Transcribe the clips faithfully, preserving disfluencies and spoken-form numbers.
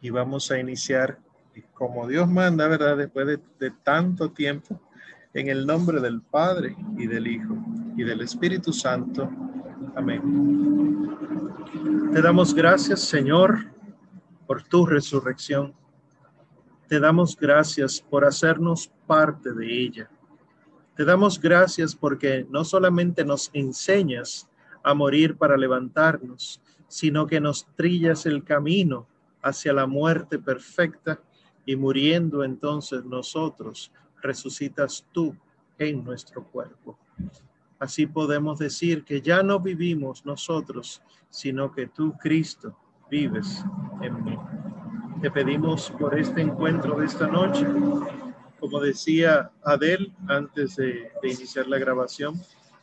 y vamos a iniciar como Dios manda, ¿verdad? Después de, de tanto tiempo, en el nombre del Padre y del Hijo y del Espíritu Santo. Amén. Te damos gracias, Señor, por tu resurrección. Te damos gracias por hacernos parte de ella. Te damos gracias porque no solamente nos enseñas a morir para levantarnos, sino que nos trillas el camino hacia la muerte perfecta y muriendo entonces nosotros, resucitas tú en nuestro cuerpo. Así podemos decir que ya no vivimos nosotros, sino que tú, Cristo, vives en mí. Te pedimos por este encuentro de esta noche, como decía Adel antes de, de iniciar la grabación,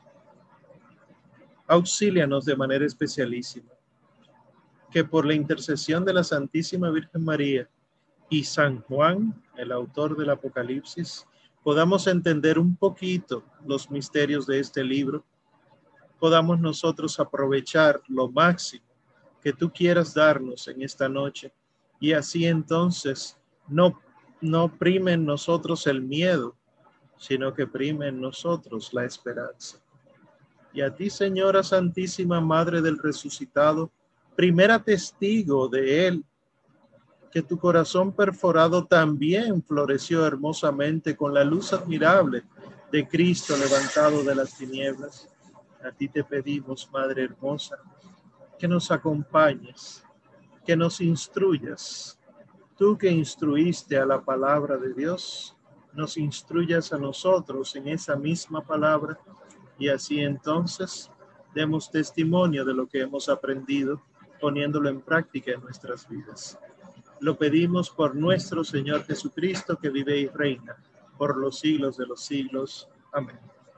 auxílianos de manera especialísima, que por la intercesión de la Santísima Virgen María y San Juan, el autor del Apocalipsis, podamos entender un poquito los misterios de este libro, podamos nosotros aprovechar lo máximo que tú quieras darnos en esta noche y así entonces no, no prime en nosotros el miedo, sino que prime en nosotros la esperanza. Y a ti, Señora Santísima Madre del Resucitado, primera testigo de él, que tu corazón perforado también floreció hermosamente con la luz admirable de Cristo levantado de las tinieblas. A ti te pedimos, Madre hermosa, que nos acompañes, que nos instruyas. Tú que instruiste a la palabra de Dios, nos instruyas a nosotros en esa misma palabra y así entonces demos testimonio de lo que hemos aprendido, poniéndolo en práctica en nuestras vidas. Lo pedimos por nuestro Señor Jesucristo, que vive y reina por los siglos de los siglos. Amén.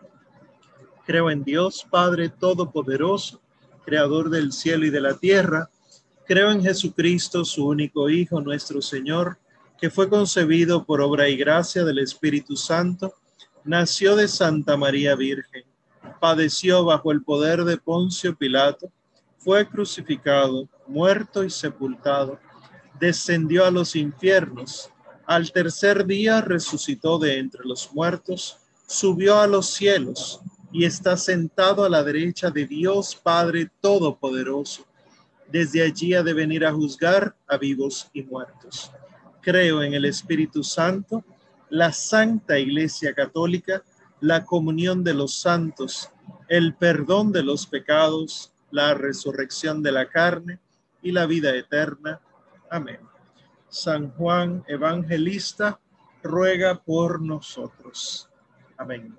Creo en Dios, Padre Todopoderoso, Creador del cielo y de la tierra. Creo en Jesucristo, su único Hijo, nuestro Señor, que fue concebido por obra y gracia del Espíritu Santo, nació de Santa María Virgen, padeció bajo el poder de Poncio Pilato, fue crucificado, muerto y sepultado, descendió a los infiernos, al tercer día resucitó de entre los muertos, subió a los cielos y está sentado a la derecha de Dios Padre Todopoderoso. Desde allí ha de venir a juzgar a vivos y muertos. Creo en el Espíritu Santo, la Santa Iglesia Católica, la comunión de los santos, el perdón de los pecados, la resurrección de la carne y la vida eterna. Amén. San Juan Evangelista, ruega por nosotros. Amén.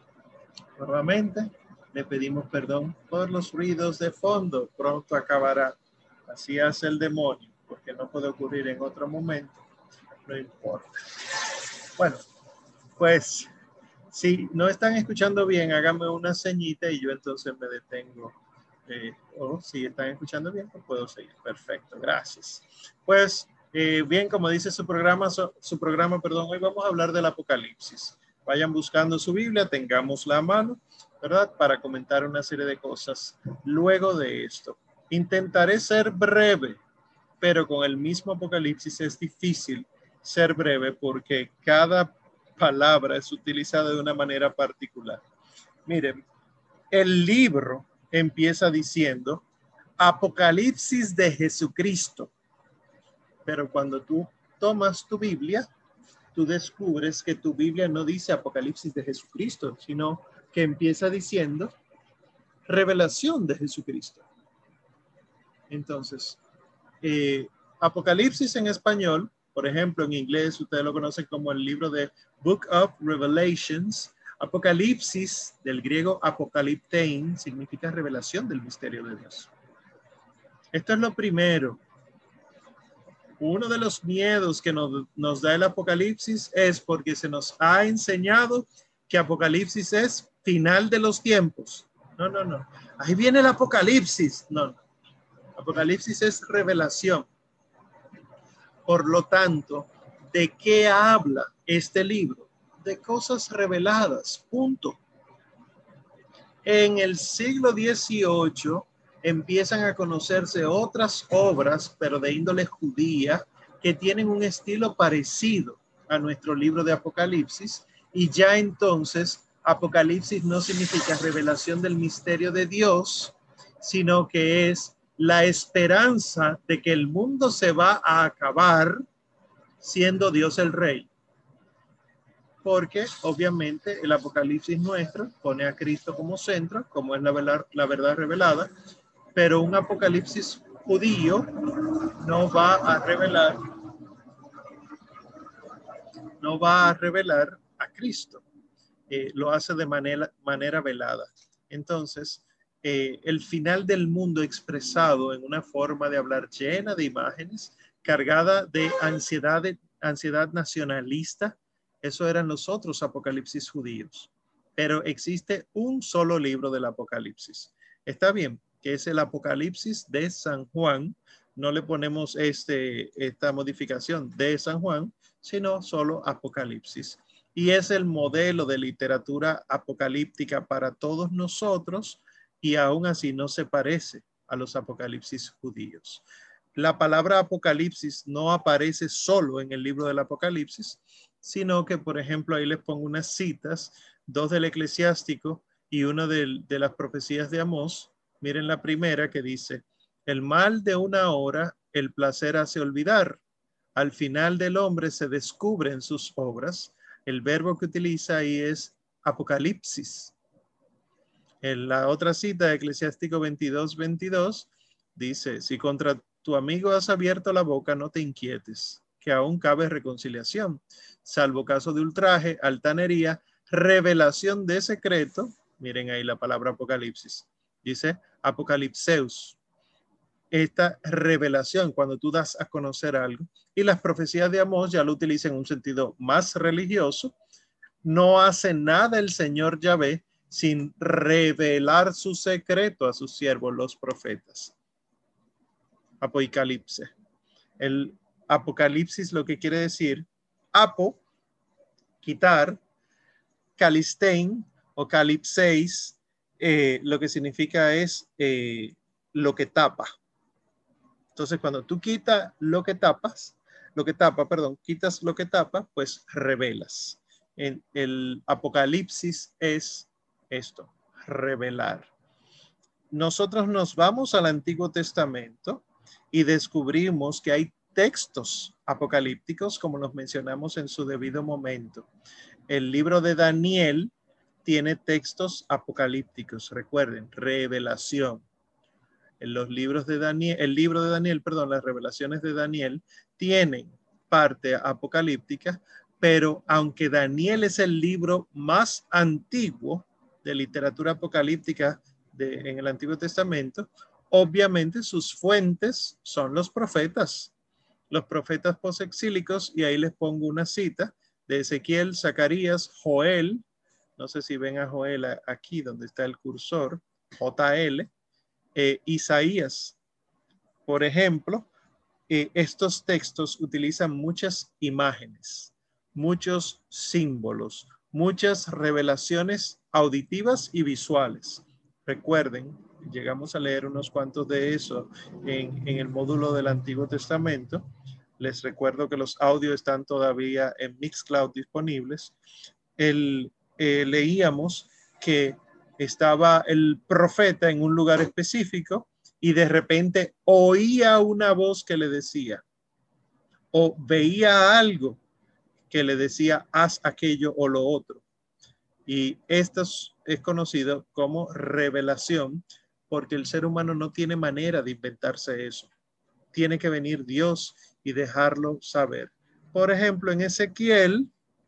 Nuevamente, le pedimos perdón por los ruidos de fondo. Pronto acabará. Así hace el demonio, porque no puede ocurrir en otro momento. No importa. Bueno, pues si no están escuchando bien, háganme una señita y yo entonces me detengo. Eh, o si están escuchando bien, pues puedo seguir. Perfecto, gracias. Pues eh, bien, como dice su programa, su, su programa, perdón, hoy vamos a hablar del Apocalipsis. Vayan buscando su Biblia, tengámosla a mano, ¿verdad? Para comentar una serie de cosas luego de esto. Intentaré ser breve, pero con el mismo Apocalipsis es difícil ser breve porque cada palabra es utilizada de una manera particular. Miren, el libro empieza diciendo Apocalipsis de Jesucristo, pero cuando tú tomas tu Biblia, tú descubres que tu Biblia no dice Apocalipsis de Jesucristo, sino que empieza diciendo revelación de Jesucristo. Entonces, eh, Apocalipsis en español, por ejemplo, en inglés, ustedes lo conocen como el libro de Book of Revelations. Apocalipsis, del griego apokaliptein, significa revelación del misterio de Dios. Esto es lo primero. Uno de los miedos que nos, nos da el Apocalipsis es porque se nos ha enseñado que Apocalipsis es final de los tiempos. No, no, no. Ahí viene el Apocalipsis. No, no. Apocalipsis es revelación. Por lo tanto, ¿de qué habla este libro? De cosas reveladas, punto. En el siglo dieciocho empiezan a conocerse otras obras, pero de índole judía, que tienen un estilo parecido a nuestro libro de Apocalipsis, y ya entonces Apocalipsis no significa revelación del misterio de Dios, sino que es la esperanza de que el mundo se va a acabar siendo Dios el Rey. Porque obviamente el Apocalipsis nuestro pone a Cristo como centro, como es la verdad, la verdad revelada, pero un Apocalipsis judío no va a revelar, no va a revelar a Cristo. Eh, lo hace de manera, manera velada. Entonces, eh, el final del mundo expresado en una forma de hablar llena de imágenes, cargada de ansiedad, de, ansiedad nacionalista, eso eran los otros apocalipsis judíos. Pero existe un solo libro del Apocalipsis. Está bien, que es el Apocalipsis de San Juan. No le ponemos este, esta modificación de San Juan, sino solo Apocalipsis. Y es el modelo de literatura apocalíptica para todos nosotros, y aún así no se parece a los apocalipsis judíos. La palabra apocalipsis no aparece solo en el libro del Apocalipsis, sino que, por ejemplo, ahí les pongo unas citas, dos del Eclesiástico y una de, de las profecías de Amós. Miren la primera que dice: el mal de una hora, el placer hace olvidar. Al final del hombre se descubren sus obras. El verbo que utiliza ahí es apocalipsis. En la otra cita de Eclesiástico veintidós, veintidós, dice: si contra tu amigo has abierto la boca, no te inquietes, que aún cabe reconciliación, salvo caso de ultraje, altanería, revelación de secreto. Miren ahí la palabra apocalipsis. Dice apocalipseus. Esta revelación, cuando tú das a conocer algo. Y las profecías de Amós ya lo utilizan en un sentido más religioso. No hace nada el Señor Yahvé sin revelar su secreto a sus siervos, los profetas. Apocalipse. El apocalipsis lo que quiere decir, apo, quitar, calistein o calipseis, eh, lo que significa es eh, lo que tapa. Entonces, cuando tú quitas lo que tapas, lo que tapa, perdón, quitas lo que tapa, pues revelas. En el apocalipsis es esto, revelar. Nosotros nos vamos al Antiguo Testamento y descubrimos que hay textos apocalípticos, como los mencionamos en su debido momento. El libro de Daniel tiene textos apocalípticos, recuerden, revelación. En los libros de Daniel, el libro de Daniel, perdón, las revelaciones de Daniel tienen parte apocalíptica, pero aunque Daniel es el libro más antiguo de literatura apocalíptica de, en el Antiguo Testamento, obviamente sus fuentes son los profetas, los profetas posexílicos, y ahí les pongo una cita de Ezequiel, Zacarías, Joel, no sé si ven a Joel aquí donde está el cursor, J L, Eh, Isaías, por ejemplo, eh, estos textos utilizan muchas imágenes, muchos símbolos, muchas revelaciones auditivas y visuales. Recuerden, llegamos a leer unos cuantos de eso en, en el módulo del Antiguo Testamento. Les recuerdo que los audios están todavía en Mixcloud disponibles. El, eh, leíamos que estaba el profeta en un lugar específico y de repente oía una voz que le decía, o veía algo que le decía, haz aquello o lo otro. Y esto es conocido como revelación, porque el ser humano no tiene manera de inventarse eso. Tiene que venir Dios y dejarlo saber. Por ejemplo, en Ezequiel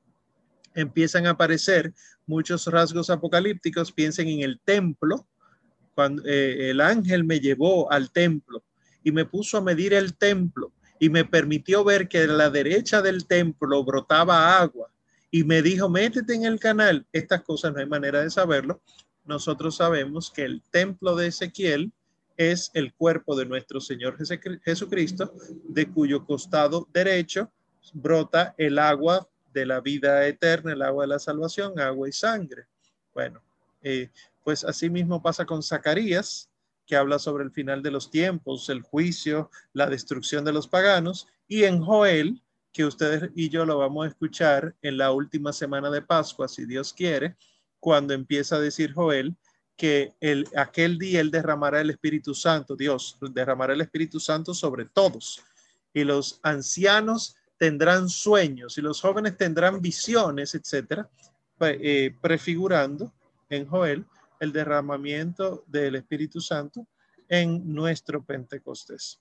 empiezan a aparecer muchos rasgos apocalípticos. Piensen en el templo, cuando eh, el ángel me llevó al templo y me puso a medir el templo y me permitió ver que a la derecha del templo brotaba agua y me dijo, métete en el canal. Estas cosas no hay manera de saberlo. Nosotros sabemos que el templo de Ezequiel es el cuerpo de nuestro Señor Jesucristo, de cuyo costado derecho brota el agua de la vida eterna, el agua de la salvación, agua y sangre. Bueno, eh, pues así mismo pasa con Zacarías, que habla sobre el final de los tiempos, el juicio, la destrucción de los paganos, y en Joel, que ustedes y yo lo vamos a escuchar en la última semana de Pascua, si Dios quiere, cuando empieza a decir Joel que el, aquel día él derramará el Espíritu Santo, Dios derramará el Espíritu Santo sobre todos, y los ancianos tendrán sueños, y los jóvenes tendrán visiones, etcétera, eh, prefigurando en Joel el derramamiento del Espíritu Santo en nuestro Pentecostés.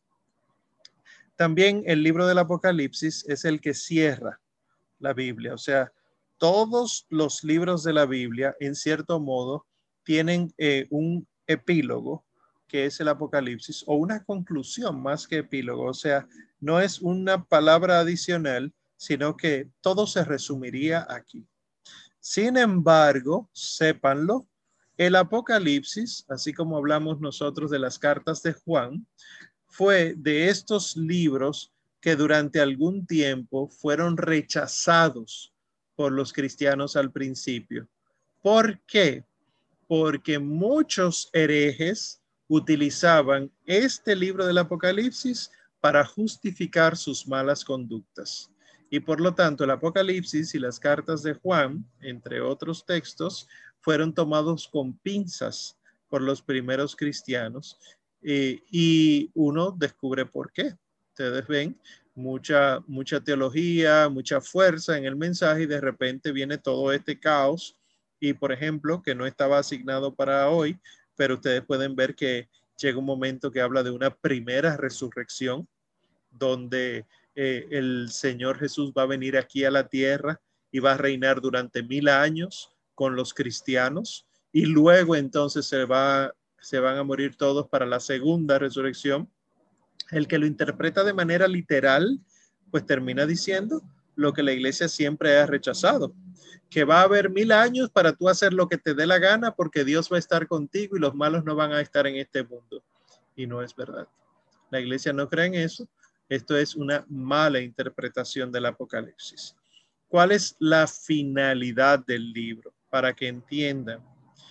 También el libro del Apocalipsis es el que cierra la Biblia, o sea, todos los libros de la Biblia, en cierto modo, tienen eh, un epílogo, que es el Apocalipsis, o una conclusión más que epílogo, o sea, no es una palabra adicional, sino que todo se resumiría aquí. Sin embargo, sépanlo, el Apocalipsis, así como hablamos nosotros de las cartas de Juan, fue de estos libros que durante algún tiempo fueron rechazados por los cristianos al principio. ¿Por qué? Porque muchos herejes utilizaban este libro del Apocalipsis para justificar sus malas conductas. Y por lo tanto, el Apocalipsis y las cartas de Juan, entre otros textos, fueron tomados con pinzas por los primeros cristianos. Eh, y uno descubre por qué. Ustedes ven mucha, mucha teología, mucha fuerza en el mensaje y de repente viene todo este caos. Y por ejemplo, que no estaba asignado para hoy, pero ustedes pueden ver que llega un momento que habla de una primera resurrección, donde eh, el Señor Jesús va a venir aquí a la tierra y va a reinar durante mil años con los cristianos. Y luego entonces se va se van a morir todos para la segunda resurrección. El que lo interpreta de manera literal, pues termina diciendo lo que la iglesia siempre ha rechazado, que va a haber mil años para tú hacer lo que te dé la gana porque Dios va a estar contigo y los malos no van a estar en este mundo. Y no es verdad. La iglesia no cree en eso. Esto es una mala interpretación del Apocalipsis. ¿Cuál es la finalidad del libro? Para que entiendan.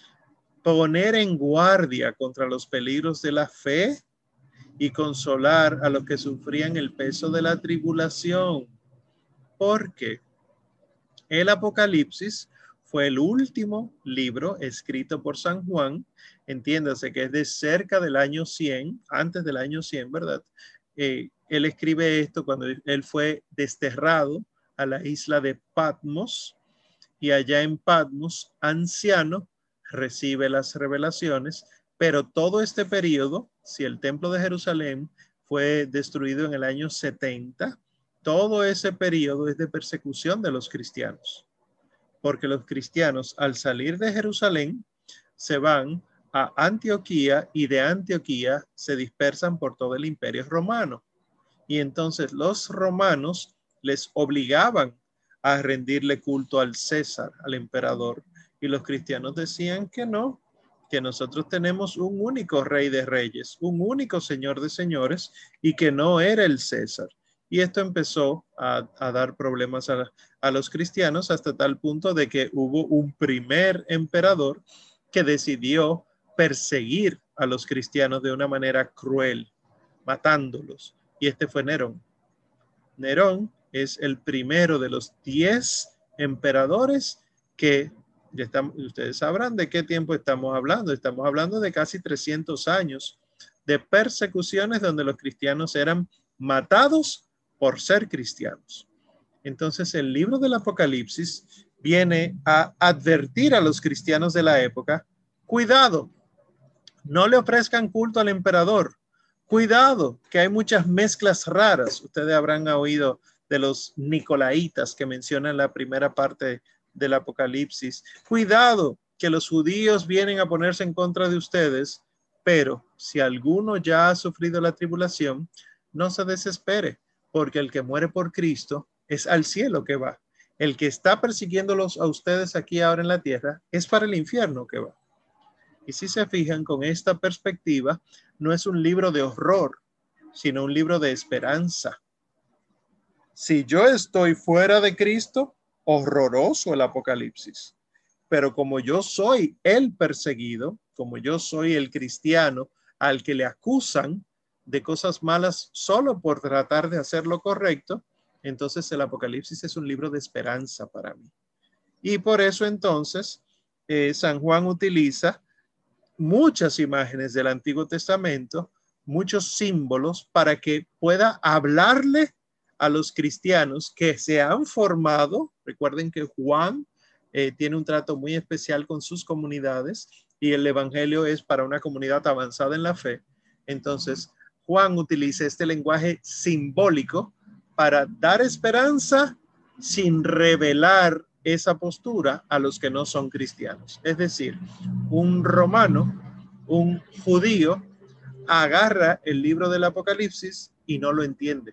Poner en guardia contra los peligros de la fe y consolar a los que sufrían el peso de la tribulación. Porque el Apocalipsis fue el último libro escrito por San Juan, entiéndase que es de cerca del año cien, antes del año cien, ¿verdad? Eh, él escribe esto cuando él fue desterrado a la isla de Patmos, y allá en Patmos, anciano, recibe las revelaciones, pero todo este periodo, si el templo de Jerusalén fue destruido en el año setenta, todo ese periodo es de persecución de los cristianos, porque los cristianos al salir de Jerusalén se van a Antioquía y de Antioquía se dispersan por todo el imperio romano. Y entonces los romanos les obligaban a rendirle culto al César, al emperador. Y los cristianos decían que no, que nosotros tenemos un único rey de reyes, un único señor de señores y que no era el César. Y esto empezó a, a dar problemas a, a los cristianos hasta tal punto de que hubo un primer emperador que decidió perseguir a los cristianos de una manera cruel, matándolos. Y este fue Nerón. Nerón es el primero de los diez emperadores que, ya estamos, ustedes sabrán de qué tiempo estamos hablando. Estamos hablando de casi trescientos años de persecuciones donde los cristianos eran matados por ser cristianos. Entonces el libro del Apocalipsis viene a advertir a los cristianos de la época: cuidado, no le ofrezcan culto al emperador. Cuidado, que hay muchas mezclas raras. Ustedes habrán oído de los nicolaitas que mencionan la primera parte del Apocalipsis. Cuidado, que los judíos vienen a ponerse en contra de ustedes, pero si alguno ya ha sufrido la tribulación, no se desespere, porque el que muere por Cristo es al cielo que va. El que está persiguiéndolos a ustedes aquí ahora en la tierra es para el infierno que va. Y si se fijan, con esta perspectiva, no es un libro de horror, sino un libro de esperanza. Si yo estoy fuera de Cristo, horroroso el Apocalipsis. Pero como yo soy el perseguido, como yo soy el cristiano al que le acusan de cosas malas solo por tratar de hacer lo correcto, entonces el Apocalipsis es un libro de esperanza para mí. Y por eso entonces eh, San Juan utiliza muchas imágenes del Antiguo Testamento, muchos símbolos para que pueda hablarle a los cristianos que se han formado. Recuerden que Juan eh, tiene un trato muy especial con sus comunidades y el Evangelio es para una comunidad avanzada en la fe. Entonces, Juan utiliza este lenguaje simbólico para dar esperanza sin revelar esa postura a los que no son cristianos. Es decir, un romano, un judío, agarra el libro del Apocalipsis y no lo entiende.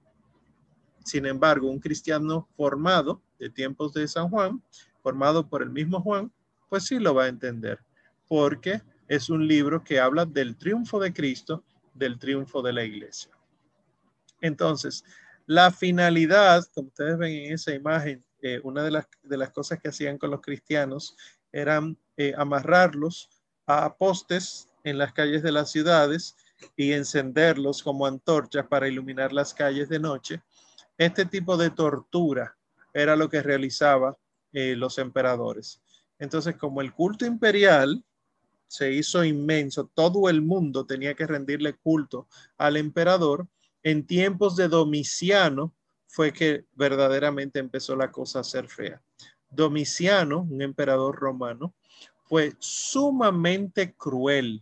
Sin embargo, un cristiano formado de tiempos de San Juan, formado por el mismo Juan, pues sí lo va a entender, porque es un libro que habla del triunfo de Cristo, del triunfo de la iglesia. Entonces, la finalidad, como ustedes ven en esa imagen, eh, una de las, de las cosas que hacían con los cristianos eran eh, amarrarlos a postes en las calles de las ciudades y encenderlos como antorchas para iluminar las calles de noche. Este tipo de tortura era lo que realizaban eh, los emperadores. Entonces, como el culto imperial se hizo inmenso, todo el mundo tenía que rendirle culto al emperador. En tiempos de Domiciano fue que verdaderamente empezó la cosa a ser fea. Domiciano, un emperador romano, fue sumamente cruel,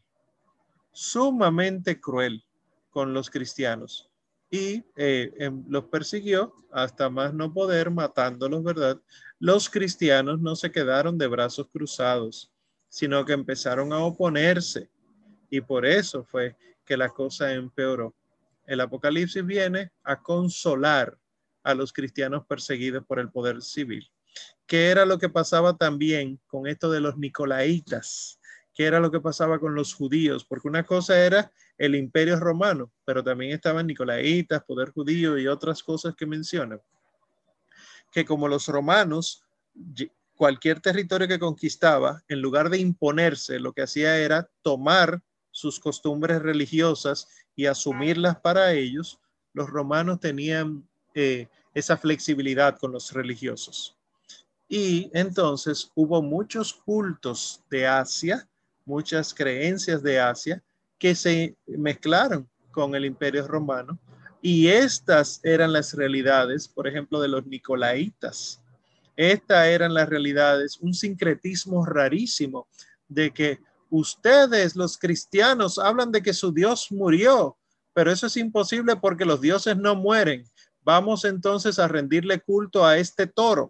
sumamente cruel con los cristianos y eh, em, los persiguió hasta más no poder, matándolos, ¿verdad? Los cristianos no se quedaron de brazos cruzados, sino que empezaron a oponerse y por eso fue que la cosa empeoró. El Apocalipsis viene a consolar a los cristianos perseguidos por el poder civil. ¿Qué era lo que pasaba también con esto de los nicolaitas? ¿Qué era lo que pasaba con los judíos? Porque una cosa era el imperio romano, pero también estaban nicolaitas, poder judío y otras cosas que mencionan. Que como los romanos, cualquier territorio que conquistaba, en lugar de imponerse, lo que hacía era tomar sus costumbres religiosas y asumirlas para ellos. Los romanos tenían eh, esa flexibilidad con los religiosos. Y entonces hubo muchos cultos de Asia, muchas creencias de Asia que se mezclaron con el imperio romano. Y estas eran las realidades, por ejemplo, de los nicolaitas. Estas eran las realidades, un sincretismo rarísimo de que ustedes, los cristianos, hablan de que su Dios murió, pero eso es imposible porque los dioses no mueren. Vamos entonces a rendirle culto a este toro.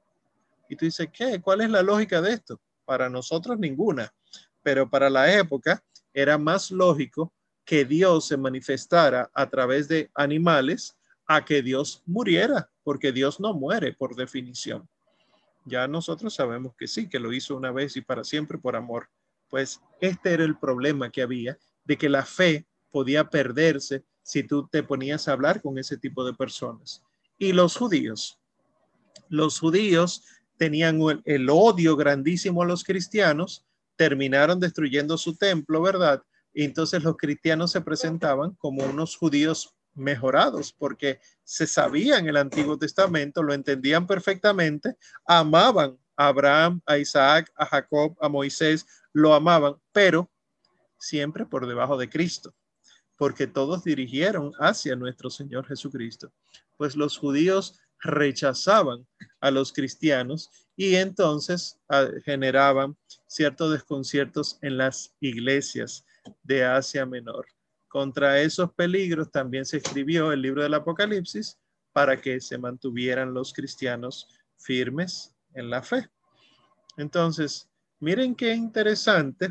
Y tú dices, ¿qué? ¿Cuál es la lógica de esto? Para nosotros ninguna, pero para la época era más lógico que Dios se manifestara a través de animales a que Dios muriera, porque Dios no muere por definición. Ya nosotros sabemos que sí, que lo hizo una vez y para siempre por amor. Pues este era el problema que había, de que la fe podía perderse si tú te ponías a hablar con ese tipo de personas. Y los judíos, los judíos tenían el odio grandísimo a los cristianos, terminaron destruyendo su templo, ¿verdad? Y entonces los cristianos se presentaban como unos judíos mejorados porque se sabían el Antiguo Testamento, lo entendían perfectamente, amaban a Abraham, a Isaac, a Jacob, a Moisés, lo amaban, pero siempre por debajo de Cristo, porque todos dirigieron hacia nuestro Señor Jesucristo. Pues los judíos rechazaban a los cristianos y entonces uh, generaban ciertos desconciertos en las iglesias de Asia Menor. Contra esos peligros también se escribió el libro del Apocalipsis para que se mantuvieran los cristianos firmes en la fe. Entonces, miren qué interesante.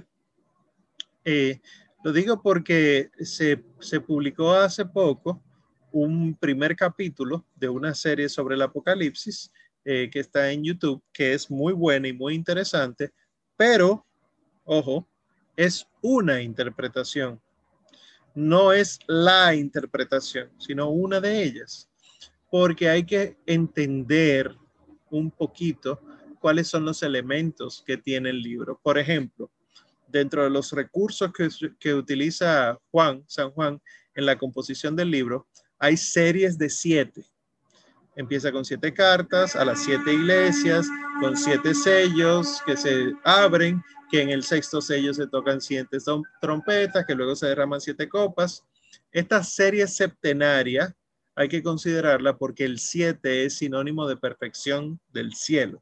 Eh, lo digo porque se, se publicó hace poco un primer capítulo de una serie sobre el Apocalipsis eh, que está en YouTube, que es muy buena y muy interesante, pero, ojo, es una interpretación. No es la interpretación, sino una de ellas, porque hay que entender un poquito cuáles son los elementos que tiene el libro. Por ejemplo, dentro de los recursos que, que utiliza Juan, San Juan, en la composición del libro, hay series de siete. Empieza con siete cartas a las siete iglesias, con siete sellos que se abren, que en el sexto sello se tocan siete trompetas, que luego se derraman siete copas. Esta serie septenaria hay que considerarla porque el siete es sinónimo de perfección del cielo.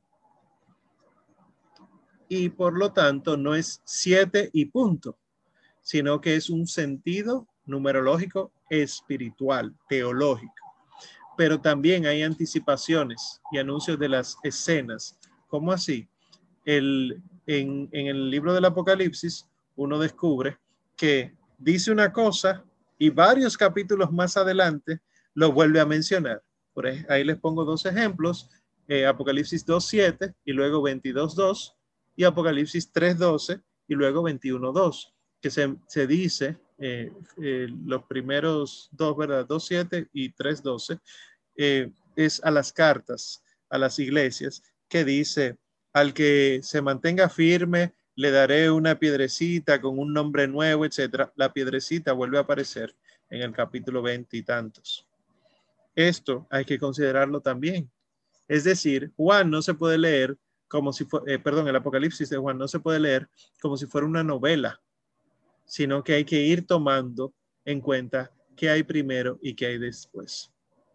Y por lo tanto no es siete y punto, sino que es un sentido numerológico espiritual, teológico. Pero también hay anticipaciones y anuncios de las escenas. ¿Cómo así? El, en, en el libro del Apocalipsis uno descubre que dice una cosa y varios capítulos más adelante lo vuelve a mencionar. Por ahí, ahí les pongo dos ejemplos, eh, Apocalipsis dos siete y luego veintidós dos y Apocalipsis tres doce y luego veintiuno dos, que se, se dice, eh, eh, los primeros dos, ¿verdad? dos siete y tres doce, eh, es a las cartas, a las iglesias, que dice, al que se mantenga firme, le daré una piedrecita con un nombre nuevo, etcétera. La piedrecita vuelve a aparecer en el capítulo veinte y tantos. Esto hay que considerarlo también. Es decir, Juan no se puede leer como si fuera, eh, perdón, el Apocalipsis de Juan no se puede leer como si fuera una novela, sino que hay que ir tomando en cuenta qué hay primero y qué hay después.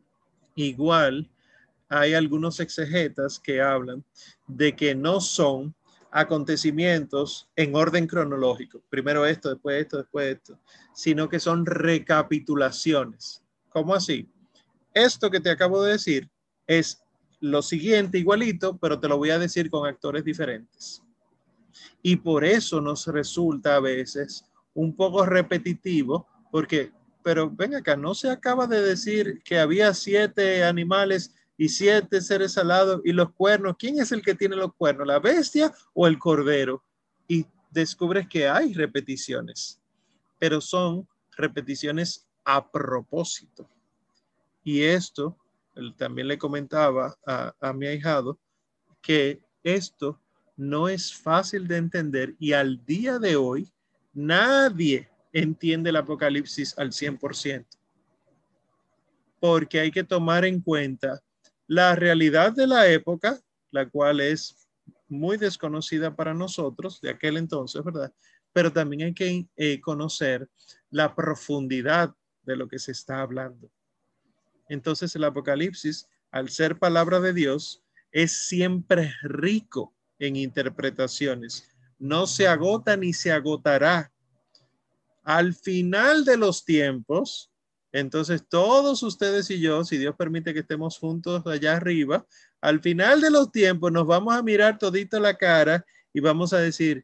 Igual, hay algunos exegetas que hablan de que no son acontecimientos en orden cronológico, primero esto, después esto, después esto, sino que son recapitulaciones. ¿Cómo así? Esto que te acabo de decir es lo siguiente igualito, pero te lo voy a decir con actores diferentes. Y por eso nos resulta a veces un poco repetitivo, porque, pero ven acá, no se acaba de decir que había siete animales y siete seres alados y los cuernos. ¿Quién es el que tiene los cuernos? ¿La bestia o el cordero? Y descubres que hay repeticiones, pero son repeticiones a propósito. Y esto, también le comentaba a, a mi ahijado, que esto no es fácil de entender y al día de hoy nadie entiende el Apocalipsis al cien por ciento. Porque hay que tomar en cuenta la realidad de la época, la cual es muy desconocida para nosotros de aquel entonces, ¿verdad? Pero también hay que eh, conocer la profundidad de lo que se está hablando. Entonces el Apocalipsis, al ser palabra de Dios, es siempre rico en interpretaciones. No se agota ni se agotará. Al final de los tiempos, entonces todos ustedes y yo, si Dios permite que estemos juntos allá arriba, al final de los tiempos nos vamos a mirar todito la cara y vamos a decir,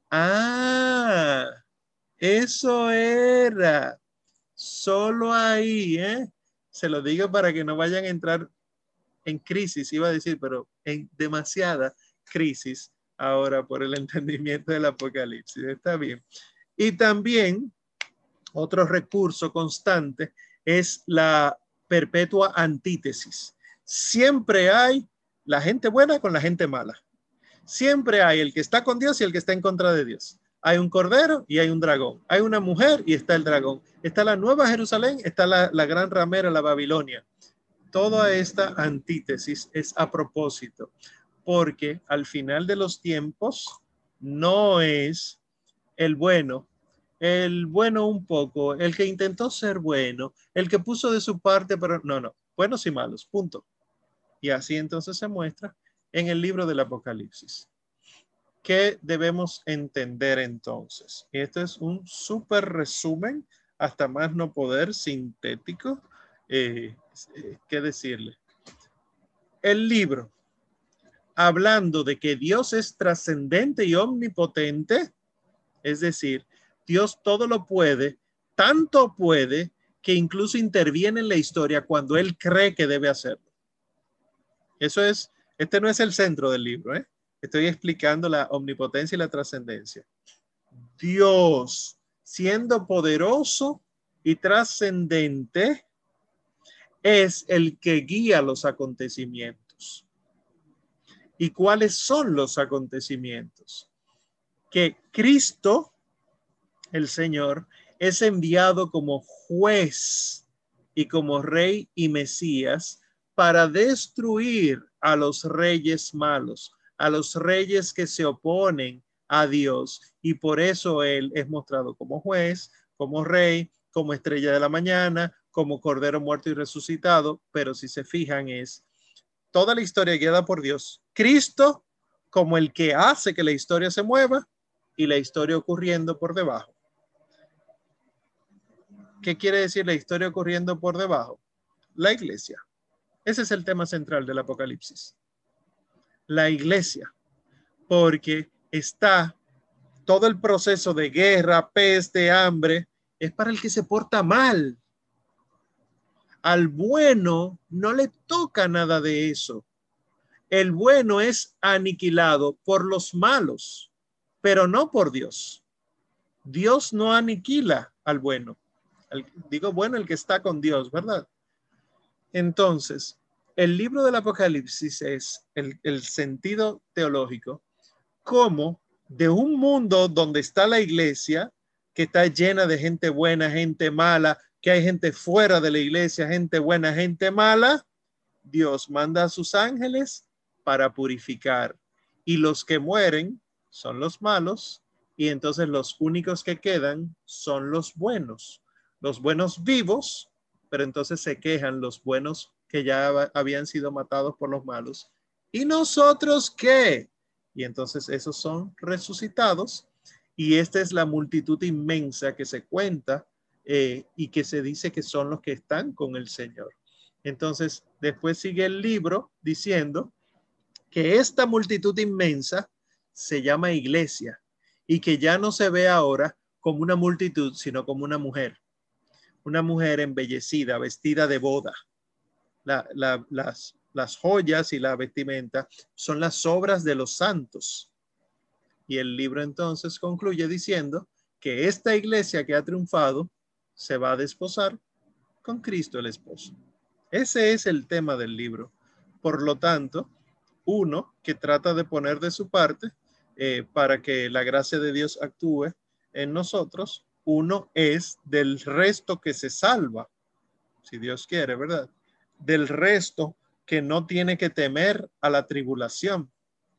ah, eso era, solo ahí, ¿eh? Se lo digo para que no vayan a entrar en crisis, iba a decir, pero en demasiada crisis ahora por el entendimiento del Apocalipsis. Está bien. Y también otro recurso constante es la perpetua antítesis. Siempre hay la gente buena con la gente mala. Siempre hay el que está con Dios y el que está en contra de Dios. Hay un cordero y hay un dragón. Hay una mujer y está el dragón. Está la Nueva Jerusalén, está la, la gran ramera, la Babilonia. Toda esta antítesis es a propósito, porque al final de los tiempos no es el bueno, el bueno un poco, el que intentó ser bueno, el que puso de su parte, pero no, no, buenos y malos, punto. Y así entonces se muestra en el libro del Apocalipsis. ¿Qué debemos entender entonces? Este es un súper resumen, hasta más no poder, sintético. Eh, eh, ¿Qué decirle? El libro, hablando de que Dios es trascendente y omnipotente, es decir, Dios todo lo puede, tanto puede que incluso interviene en la historia cuando Él cree que debe hacerlo. Eso es, este no es el centro del libro, ¿eh? Estoy explicando la omnipotencia y la trascendencia. Dios, siendo poderoso y trascendente, es el que guía los acontecimientos. ¿Y cuáles son los acontecimientos? que Cristo, el Señor, es enviado como juez y como rey y Mesías para destruir a los reyes malos, a los reyes que se oponen a Dios, y por eso él es mostrado como juez, como rey, como estrella de la mañana, como cordero muerto y resucitado. Pero si se fijan, es toda la historia guiada por Dios, Cristo como el que hace que la historia se mueva y la historia ocurriendo por debajo. ¿Qué quiere decir la historia ocurriendo por debajo? La iglesia. Ese es el tema central del Apocalipsis. La iglesia, porque está todo el proceso de guerra, peste, hambre, es para el que se porta mal. Al bueno no le toca nada de eso. El bueno es aniquilado por los malos, pero no por Dios. Dios no aniquila al bueno. El, digo bueno, el que está con Dios, ¿verdad? Entonces, el libro del Apocalipsis es el, el sentido teológico como de un mundo donde está la iglesia, que está llena de gente buena, gente mala, que hay gente fuera de la iglesia, gente buena, gente mala. Dios manda a sus ángeles para purificar, y los que mueren son los malos, y entonces los únicos que quedan son los buenos, los buenos vivos, pero entonces se quejan los buenos que ya habían sido matados por los malos. ¿Y nosotros qué? Y entonces esos son resucitados, y esta es la multitud inmensa que se cuenta eh, y que se dice que son los que están con el Señor. Entonces, después sigue el libro diciendo que esta multitud inmensa se llama iglesia, y que ya no se ve ahora como una multitud, sino como una mujer, una mujer embellecida, vestida de boda. La, la, las, las joyas y la vestimenta son las obras de los santos. Y el libro entonces concluye diciendo que esta iglesia que ha triunfado se va a desposar con Cristo el esposo. Ese es el tema del libro. Por lo tanto, uno que trata de poner de su parte eh, para que la gracia de Dios actúe en nosotros, uno es del resto que se salva, si Dios quiere, ¿verdad? Del resto que no tiene que temer a la tribulación.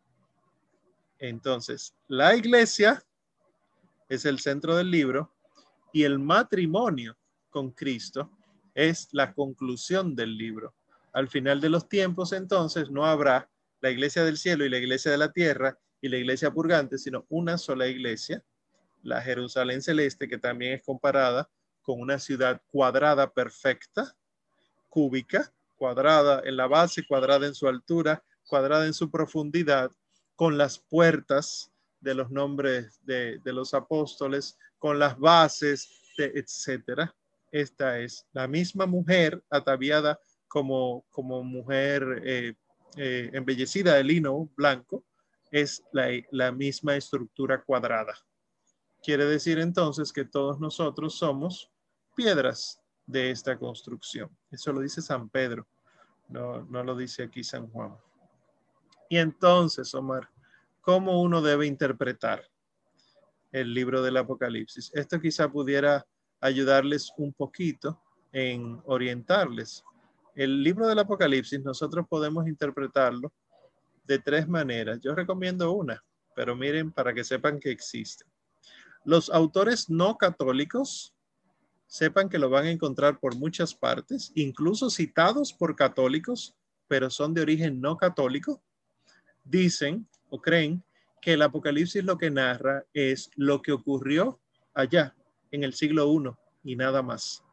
Entonces, la iglesia es el centro del libro, y el matrimonio con Cristo es la conclusión del libro. Al final de los tiempos, entonces, no habrá la iglesia del cielo y la iglesia de la tierra y la iglesia purgante, sino una sola iglesia, la Jerusalén celeste, que también es comparada con una ciudad cuadrada perfecta, cúbica, cuadrada en la base, cuadrada en su altura, cuadrada en su profundidad, con las puertas de los nombres de, de los apóstoles, con las bases, de, etcétera. Esta es la misma mujer ataviada como, como mujer eh, eh, embellecida de lino blanco, es la, la misma estructura cuadrada. Quiere decir entonces que todos nosotros somos piedras de esta construcción. Eso lo dice San Pedro, no, no lo dice aquí San Juan. Y entonces, Omar, ¿cómo uno debe interpretar el libro del Apocalipsis? Esto quizá pudiera ayudarles un poquito en orientarles. El libro del Apocalipsis nosotros podemos interpretarlo de tres maneras. Yo recomiendo una, pero miren para que sepan que existe. Los autores no católicos, sepan que lo van a encontrar por muchas partes, incluso citados por católicos, pero son de origen no católico. Dicen o creen que el Apocalipsis lo que narra es lo que ocurrió allá en el siglo primero y nada más.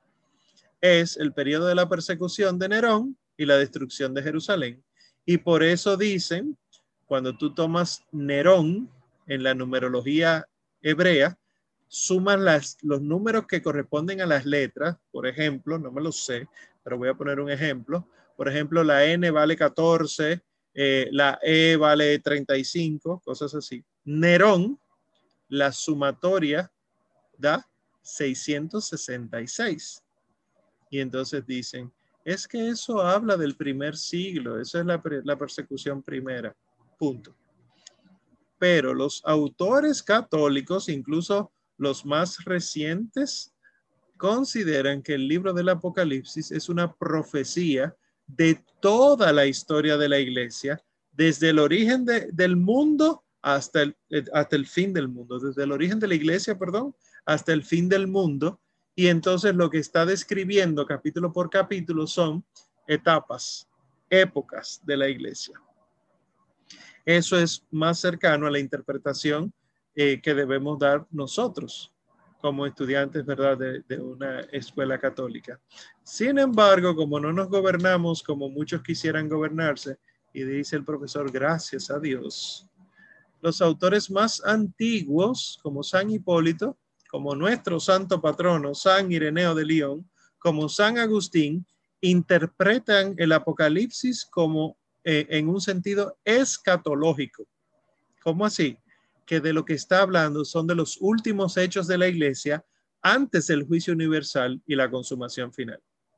Es el periodo de la persecución de Nerón y la destrucción de Jerusalén. Y por eso dicen, cuando tú tomas Nerón en la numerología hebrea, suman las, los números que corresponden a las letras. Por ejemplo, no me lo sé, pero voy a poner un ejemplo. Por ejemplo, la N vale catorce, eh, la E vale treinta y cinco, cosas así. Nerón, la sumatoria da seiscientos sesenta y seis. Y entonces dicen, es que eso habla del primer siglo, eso es la, la persecución primera, punto. pero los autores católicos, incluso los más recientes, consideran que el libro del Apocalipsis es una profecía de toda la historia de la iglesia, desde el origen de, del mundo hasta el, hasta el fin del mundo, desde el origen de la iglesia, perdón, hasta el fin del mundo. Y entonces lo que está describiendo capítulo por capítulo son etapas, épocas de la iglesia. Eso es más cercano a la interpretación eh, que debemos dar nosotros como estudiantes, ¿verdad?, de, de una escuela católica. Sin embargo, como no nos gobernamos como muchos quisieran gobernarse, y dice el profesor, gracias a Dios, los autores más antiguos, como San Hipólito, como nuestro santo patrono, San Ireneo de León, como San Agustín, interpretan el Apocalipsis como eh, en un sentido escatológico. ¿Cómo así? Que de lo que está hablando son de los últimos hechos de la iglesia antes del juicio universal y la consumación final.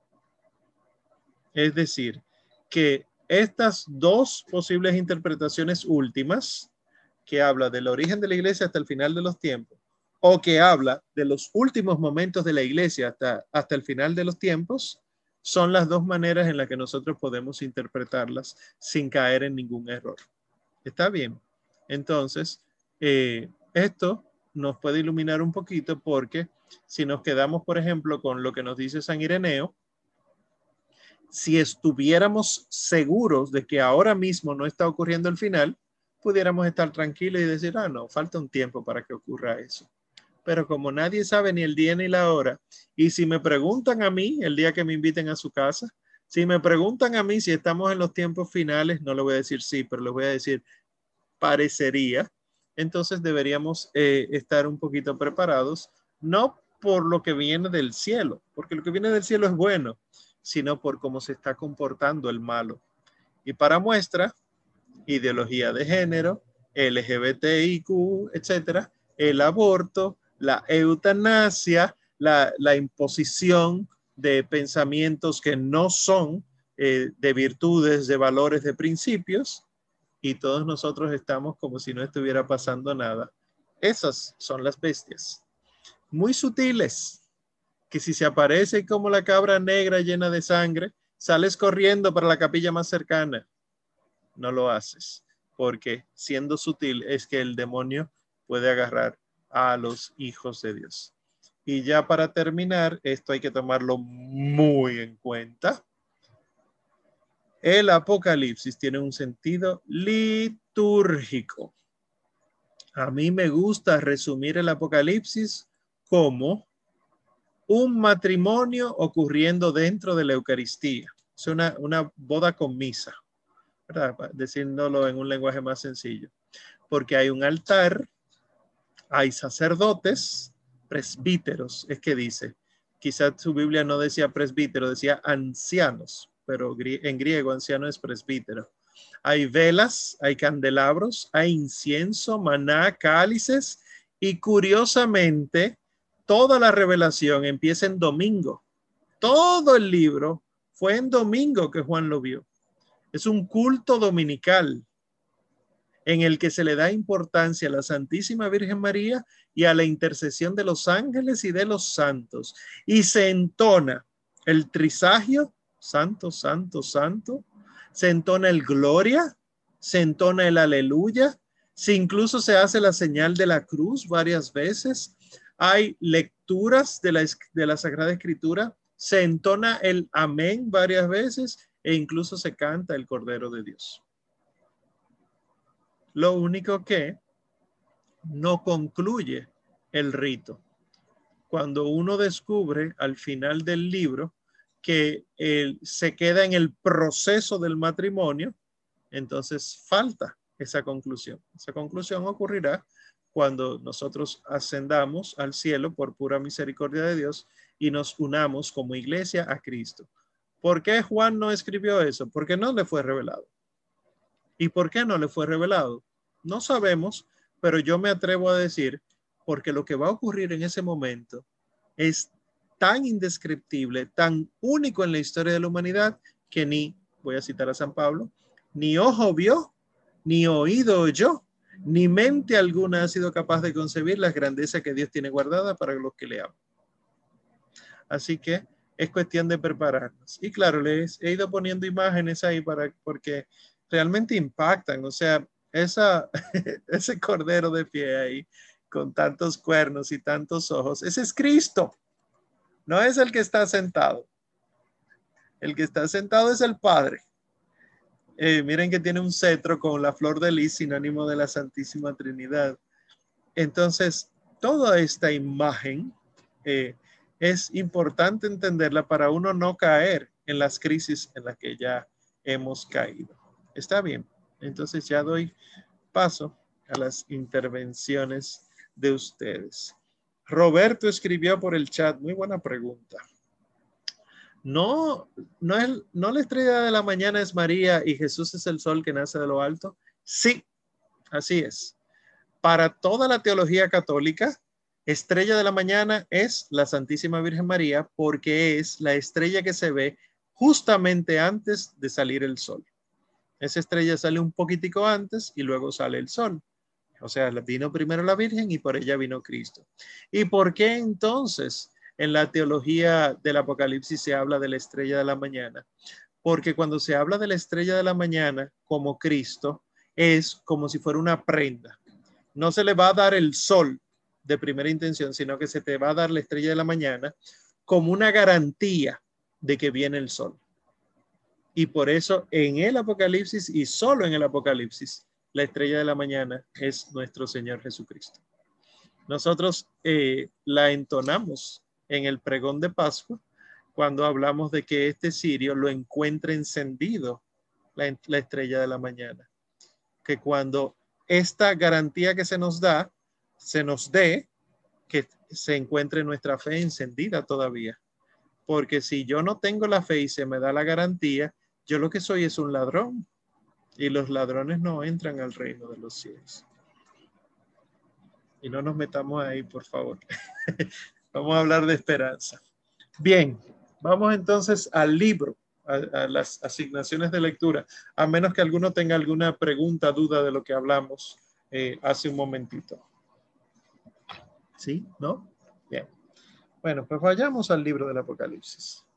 Es decir, que estas dos posibles interpretaciones últimas, que habla del origen de la iglesia hasta el final de los tiempos, o que habla de los últimos momentos de la iglesia hasta, hasta el final de los tiempos, son las dos maneras en las que nosotros podemos interpretarlas sin caer en ningún error. ¿Está bien? Entonces, eh, esto nos puede iluminar un poquito, porque si nos quedamos, por ejemplo, con lo que nos dice San Ireneo, si estuviéramos seguros de que ahora mismo no está ocurriendo el final, pudiéramos estar tranquilos y decir, ah, no, falta un tiempo para que ocurra eso. Pero como nadie sabe ni el día ni la hora, y si me preguntan a mí el día que me inviten a su casa, si me preguntan a mí si estamos en los tiempos finales, no le voy a decir sí, pero le voy a decir parecería. Entonces deberíamos eh, estar un poquito preparados, no por lo que viene del cielo, porque lo que viene del cielo es bueno, sino por cómo se está comportando el malo. Y para muestra, ideología de género, L G B T I Q, etcétera, el aborto, la eutanasia, la, la imposición de pensamientos que no son eh, de virtudes, de valores, de principios, y todos nosotros estamos como si no estuviera pasando nada. Esas son las bestias, muy sutiles, que si se aparece como la cabra negra llena de sangre, sales corriendo para la capilla más cercana. No lo haces, porque siendo sutil es que el demonio puede agarrar a los hijos de Dios. Y ya para terminar, esto hay que tomarlo muy en cuenta. El Apocalipsis tiene un sentido litúrgico. A mí me gusta resumir el Apocalipsis como un matrimonio ocurriendo dentro de la Eucaristía. Es una, una boda con misa, ¿verdad? Diciéndolo en un lenguaje más sencillo. Porque hay un altar, hay sacerdotes, presbíteros, es que dice. Quizás su Biblia no decía presbítero, decía ancianos, pero en griego anciano es presbítero. Hay velas, hay candelabros, hay incienso, maná, cálices, y curiosamente toda la revelación empieza en domingo. Todo el libro fue en domingo que Juan lo vio. Es un culto dominical en el que se le da importancia a la Santísima Virgen María y a la intercesión de los ángeles y de los santos. Y se entona el trisagio, santo, santo, santo. Se entona el gloria, se entona el aleluya. Se incluso se hace la señal de la cruz varias veces. Hay lecturas de la, de la Sagrada Escritura. Se entona el amén varias veces e incluso se canta el Cordero de Dios. Lo único que no concluye el rito. Cuando uno descubre al final del libro que él se queda en el proceso del matrimonio, entonces falta esa conclusión. Esa conclusión ocurrirá cuando nosotros ascendamos al cielo por pura misericordia de Dios y nos unamos como iglesia a Cristo. ¿Por qué Juan no escribió eso? Porque no le fue revelado. ¿Y por qué no le fue revelado? No sabemos, pero yo me atrevo a decir, porque lo que va a ocurrir en ese momento es tan indescriptible, tan único en la historia de la humanidad, que ni, voy a citar a San Pablo, ni ojo vio, ni oído oyó, Ni mente alguna ha sido capaz de concebir las grandezas que Dios tiene guardadas para los que le aman. Así que es cuestión de prepararnos. Y claro, les he ido poniendo imágenes ahí para, porque realmente impactan. O sea, esa, ese cordero de pie ahí con tantos cuernos y tantos ojos, ese es Cristo. No es el que está sentado. El que está sentado es el Padre. Eh, miren que tiene un cetro con la flor de lis, sinónimo de la Santísima Trinidad. Entonces, toda esta imagen eh, es importante entenderla para uno no caer en las crisis en las que ya hemos caído. Está bien. Entonces ya doy paso a las intervenciones de ustedes. Roberto escribió por el chat, muy buena pregunta. No, no, es, no la estrella de la mañana es María y Jesús es el sol que nace de lo alto. Sí, así es. Para toda la teología católica, estrella de la mañana es la Santísima Virgen María porque es la estrella que se ve justamente antes de salir el sol. Esa estrella sale un poquitico antes y luego sale el sol. O sea, vino primero la Virgen y por ella vino Cristo. ¿Y por qué entonces en la teología del Apocalipsis se habla de la estrella de la mañana? Porque cuando se habla de la estrella de la mañana como Cristo, es como si fuera una prenda. No se le va a dar el sol de primera intención, sino que se te va a dar la estrella de la mañana como una garantía de que viene el sol. Y por eso en el Apocalipsis y solo en el Apocalipsis, la estrella de la mañana es nuestro Señor Jesucristo. Nosotros eh, la entonamos en el pregón de Pascua cuando hablamos de que este cirio lo encuentra encendido la, la estrella de la mañana. Que cuando esta garantía que se nos da, se nos dé, que se encuentre nuestra fe encendida todavía. Porque si yo no tengo la fe y se me da la garantía, yo lo que soy es un ladrón. Y los ladrones no entran al reino de los cielos. Y no nos metamos ahí, por favor. Vamos a hablar de esperanza. Bien, vamos entonces al libro, a, a las asignaciones de lectura, a menos que alguno tenga alguna pregunta, duda de lo que hablamos eh, hace un momentito. ¿Sí? ¿No? Bien. Bueno, pues vayamos al libro del Apocalipsis.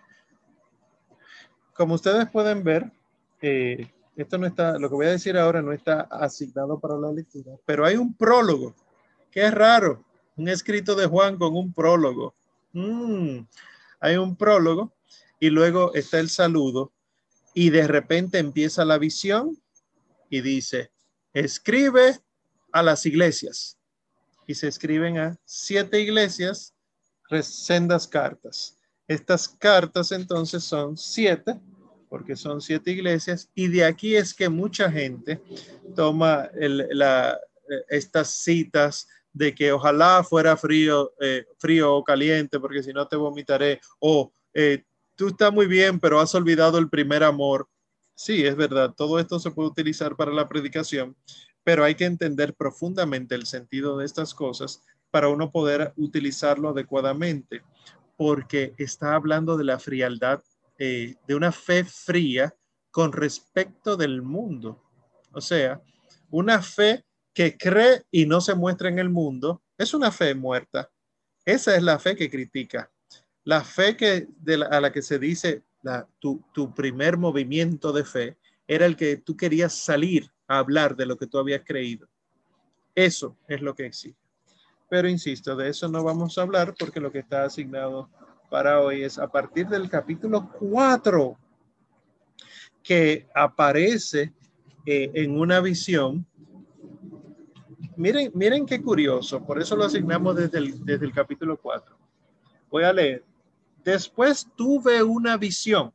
Como ustedes pueden ver, eh, esto no está, lo que voy a decir ahora no está asignado para la lectura, pero hay un prólogo, que es raro, un escrito de Juan con un prólogo. Mm, hay un prólogo y luego está el saludo y de repente empieza la visión y dice, escribe a las iglesias. Y se escriben a siete iglesias, sendas cartas. Estas cartas entonces son siete, porque son siete iglesias, y de aquí es que mucha gente toma el, la, estas citas de que ojalá fuera frío, eh, frío o caliente, porque si no te vomitaré, o eh, tú estás muy bien, pero has olvidado el primer amor. Sí, es verdad, todo esto se puede utilizar para la predicación, pero hay que entender profundamente el sentido de estas cosas para uno poder utilizarlo adecuadamente, porque está hablando de la frialdad, eh, de una fe fría con respecto del mundo. O sea, una fe que cree y no se muestra en el mundo es una fe muerta. Esa es la fe que critica. La fe que, de la, a la que se dice la, tu, tu primer movimiento de fe era el que tú querías salir a hablar de lo que tú habías creído. Eso es lo que exige. Pero insisto, de eso no vamos a hablar porque lo que está asignado para hoy es a partir del capítulo cuatro que aparece eh, en una visión. Miren, miren qué curioso, por eso lo asignamos desde el, desde el capítulo cuatro. Voy a leer. Después tuve una visión.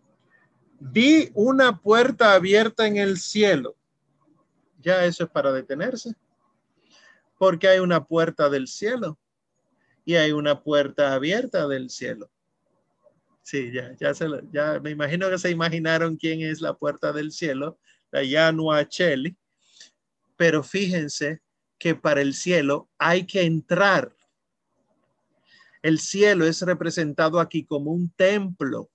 Vi una puerta abierta en el cielo. Ya eso es para detenerse. Porque hay una puerta del cielo y hay una puerta abierta del cielo. Sí, ya, ya, se, ya me imagino que se imaginaron quién es la puerta del cielo, la Yanua Cheli, pero fíjense que para el cielo hay que entrar. El cielo es representado aquí como un templo.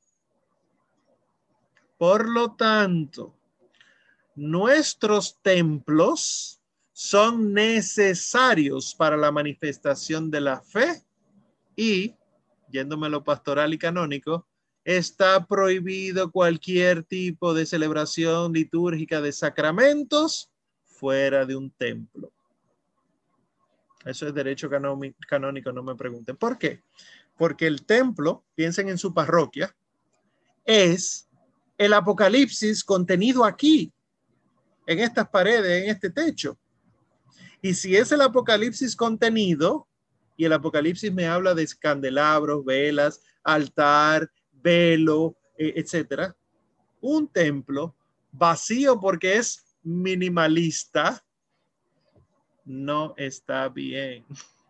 Por lo tanto, nuestros templos son necesarios para la manifestación de la fe y, yéndome a lo pastoral y canónico, está prohibido cualquier tipo de celebración litúrgica de sacramentos fuera de un templo. Eso es derecho canónico, no me pregunten. ¿Por qué? Porque el templo, piensen en su parroquia, es el Apocalipsis contenido aquí, en estas paredes, en este techo. Y si es el Apocalipsis contenido, y el Apocalipsis me habla de candelabros, velas, altar, velo, eh, etcétera, un templo vacío porque es minimalista, no está bien.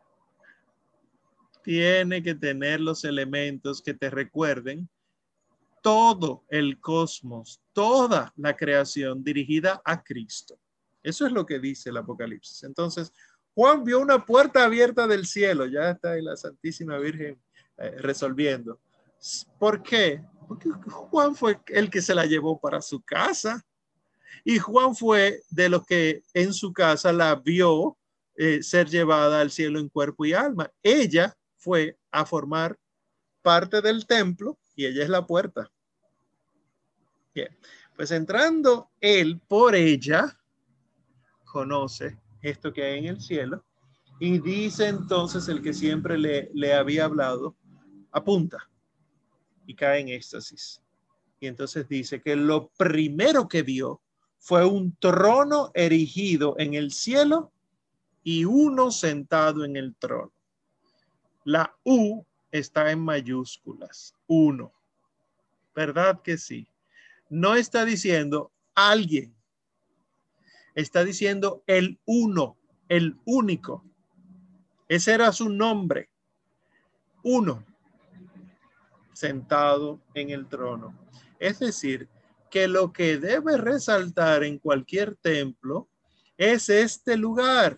Tiene que tener los elementos que te recuerden todo el cosmos, toda la creación dirigida a Cristo. Eso es lo que dice el Apocalipsis. Entonces, Juan vio una puerta abierta del cielo. Ya está ahí la Santísima Virgen eh, resolviendo. ¿Por qué? Porque Juan fue el que se la llevó para su casa. Y Juan fue de los que en su casa la vio eh, ser llevada al cielo en cuerpo y alma. Ella fue a formar parte del templo y ella es la puerta. Bien, pues entrando él por ella, conoce esto que hay en el cielo y dice entonces el que siempre le, le había hablado, apunta y cae en éxtasis. Y entonces dice que lo primero que vio fue un trono erigido en el cielo y uno sentado en el trono. La U está en mayúsculas, uno. ¿Verdad que sí? No está diciendo alguien. Está diciendo el uno, el único. Ese era su nombre. Uno, sentado en el trono. Es decir, que lo que debe resaltar en cualquier templo es este lugar.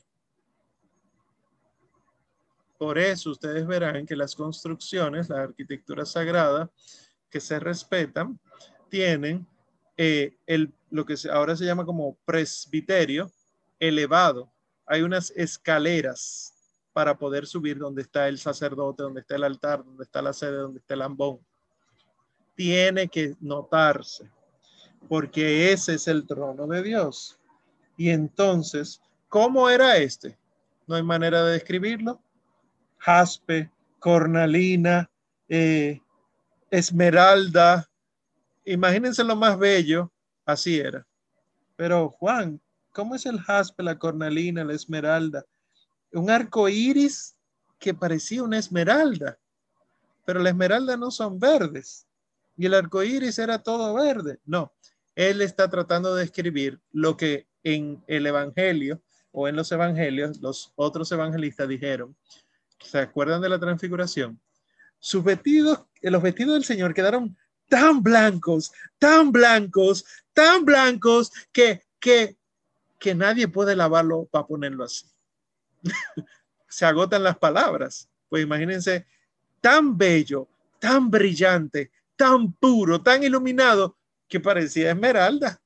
Por eso ustedes verán que las construcciones, la arquitectura sagrada que se respetan, tienen eh, el, lo que ahora se llama como presbiterio elevado. Hay unas escaleras para poder subir donde está el sacerdote, donde está el altar, donde está la sede, donde está el ambón. Tiene que notarse, porque ese es el trono de Dios. Y entonces, ¿cómo era este? No hay manera de describirlo. Jaspe, cornalina, eh, esmeralda. Imagínense lo más bello, así era. Pero Juan, ¿cómo es el jaspe, la cornalina, la esmeralda? Un arco iris que parecía una esmeralda, pero la esmeralda no son verdes y el arco iris era todo verde. No, él está tratando de describir lo que en el evangelio o en los evangelios los otros evangelistas dijeron. ¿Se acuerdan de la transfiguración? Sus vestidos, los vestidos del Señor quedaron tan blancos, tan blancos, tan blancos que, que, que nadie puede lavarlo para ponerlo así. Se agotan las palabras. Pues imagínense, tan bello, tan brillante, tan puro, tan iluminado, que parecía esmeralda.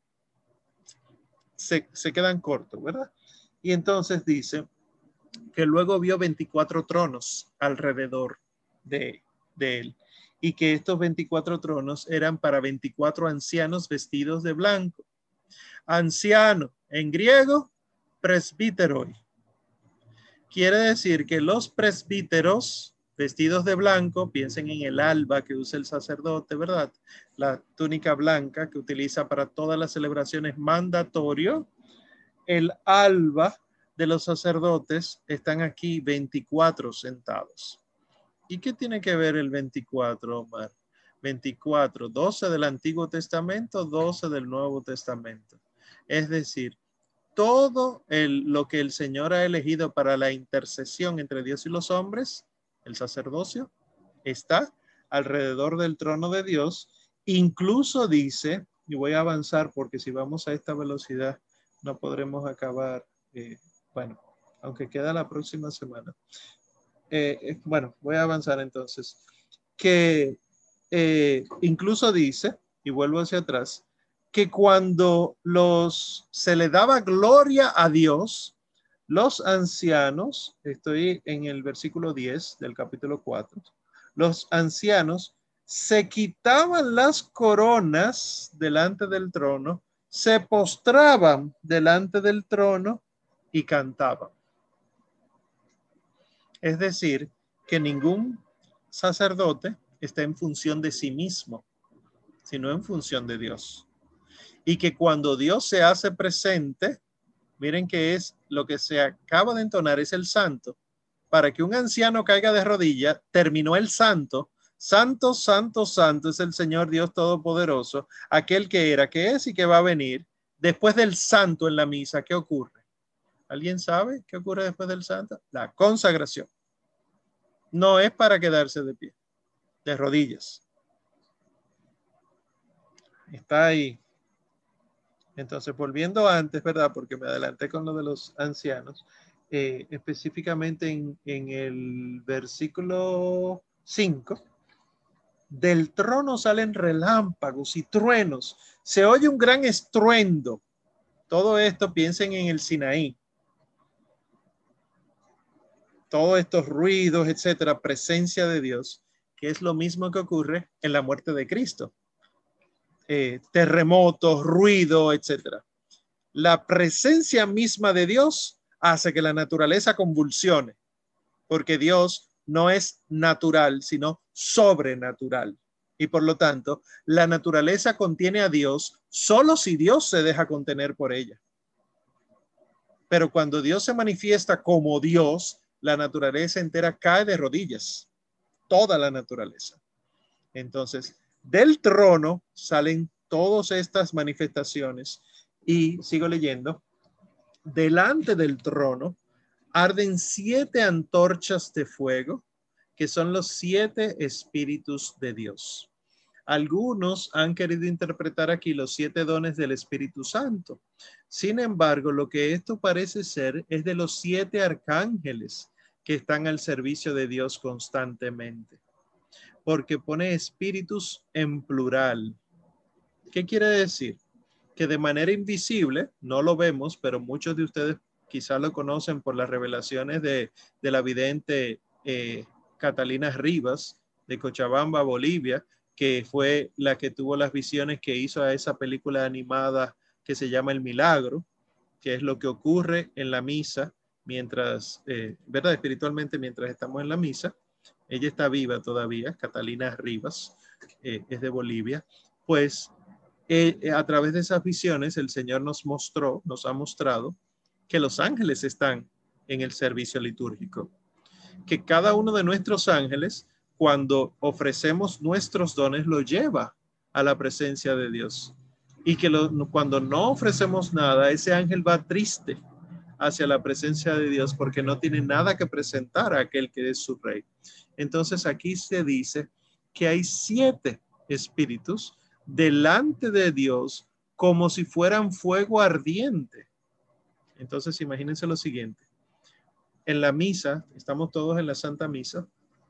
Se, se quedan cortos, ¿verdad? Y entonces dice que luego vio veinticuatro tronos alrededor de, de él y que estos veinticuatro tronos eran para veinticuatro ancianos vestidos de blanco. Anciano en griego, presbíteroi. Quiere decir que los presbíteros vestidos de blanco, piensen en el alba que usa el sacerdote, ¿verdad? La túnica blanca que utiliza para todas las celebraciones mandatorio. El alba de los sacerdotes están aquí veinticuatro sentados. ¿Y qué tiene que ver el veinticuatro, Omar? veinticuatro, doce del Antiguo Testamento, doce del Nuevo Testamento. Es decir, todo el, lo que el Señor ha elegido para la intercesión entre Dios y los hombres, el sacerdocio, está alrededor del trono de Dios. Incluso dice, y voy a avanzar porque si vamos a esta velocidad no podremos acabar, eh, bueno, aunque queda la próxima semana. Eh, eh, bueno, voy a avanzar entonces. Que eh, incluso dice, y vuelvo hacia atrás, que cuando los, se le daba gloria a Dios, Los ancianos, estoy en el versículo diez del capítulo cuatro, los ancianos se quitaban las coronas delante del trono, se postraban delante del trono y cantaban. Es decir, que ningún sacerdote está en función de sí mismo, sino en función de Dios. Y que cuando Dios se hace presente, miren que es lo que se acaba de entonar, es el santo. Para que un anciano caiga de rodillas, terminó el santo. Santo, santo, santo es el Señor Dios Todopoderoso, aquel que era, que es y que va a venir. Después del santo en la misa, ¿qué ocurre? ¿Alguien sabe qué ocurre después del santo? La consagración. No es para quedarse de pie, de rodillas. Está ahí. Entonces, volviendo antes, ¿verdad? Porque me adelanté con lo de los ancianos, eh, específicamente en, en el versículo cinco, del trono salen relámpagos y truenos, se oye un gran estruendo. Todo esto, piensen en el Sinaí. Todos estos ruidos, etcétera, presencia de Dios, que es lo mismo que ocurre en la muerte de Cristo. Eh, terremotos, ruido, etcétera. La presencia misma de Dios hace que la naturaleza convulsione, porque Dios no es natural, sino sobrenatural. Y por lo tanto, la naturaleza contiene a Dios solo si Dios se deja contener por ella. Pero cuando Dios se manifiesta como Dios, la naturaleza entera cae de rodillas, toda la naturaleza. Entonces, del trono salen todas estas manifestaciones y sigo leyendo. Delante del trono arden siete antorchas de fuego, que son los siete espíritus de Dios. Algunos han querido interpretar aquí los siete dones del Espíritu Santo. Sin embargo, lo que esto parece ser es de los siete arcángeles que están al servicio de Dios constantemente, porque pone espíritus en plural. ¿Qué quiere decir? Que de manera invisible, no lo vemos, pero muchos de ustedes quizás lo conocen por las revelaciones de, de la vidente eh, Catalina Rivas de Cochabamba, Bolivia, que fue la que tuvo las visiones que hizo a esa película animada que se llama El Milagro, que es lo que ocurre en la misa mientras, eh, ¿verdad? Espiritualmente mientras estamos en la misa. Ella está viva todavía, Catalina Rivas, eh, es de Bolivia. Pues eh, a través de esas visiones el Señor nos mostró, nos ha mostrado que los ángeles están en el servicio litúrgico, que cada uno de nuestros ángeles, cuando ofrecemos nuestros dones, lo lleva a la presencia de Dios, y que lo, cuando no ofrecemos nada, ese ángel va triste hacia la presencia de Dios porque no tiene nada que presentar a aquel que es su rey. Entonces aquí se dice que hay siete espíritus delante de Dios como si fueran fuego ardiente. Entonces imagínense lo siguiente. En la misa, estamos todos en la Santa Misa,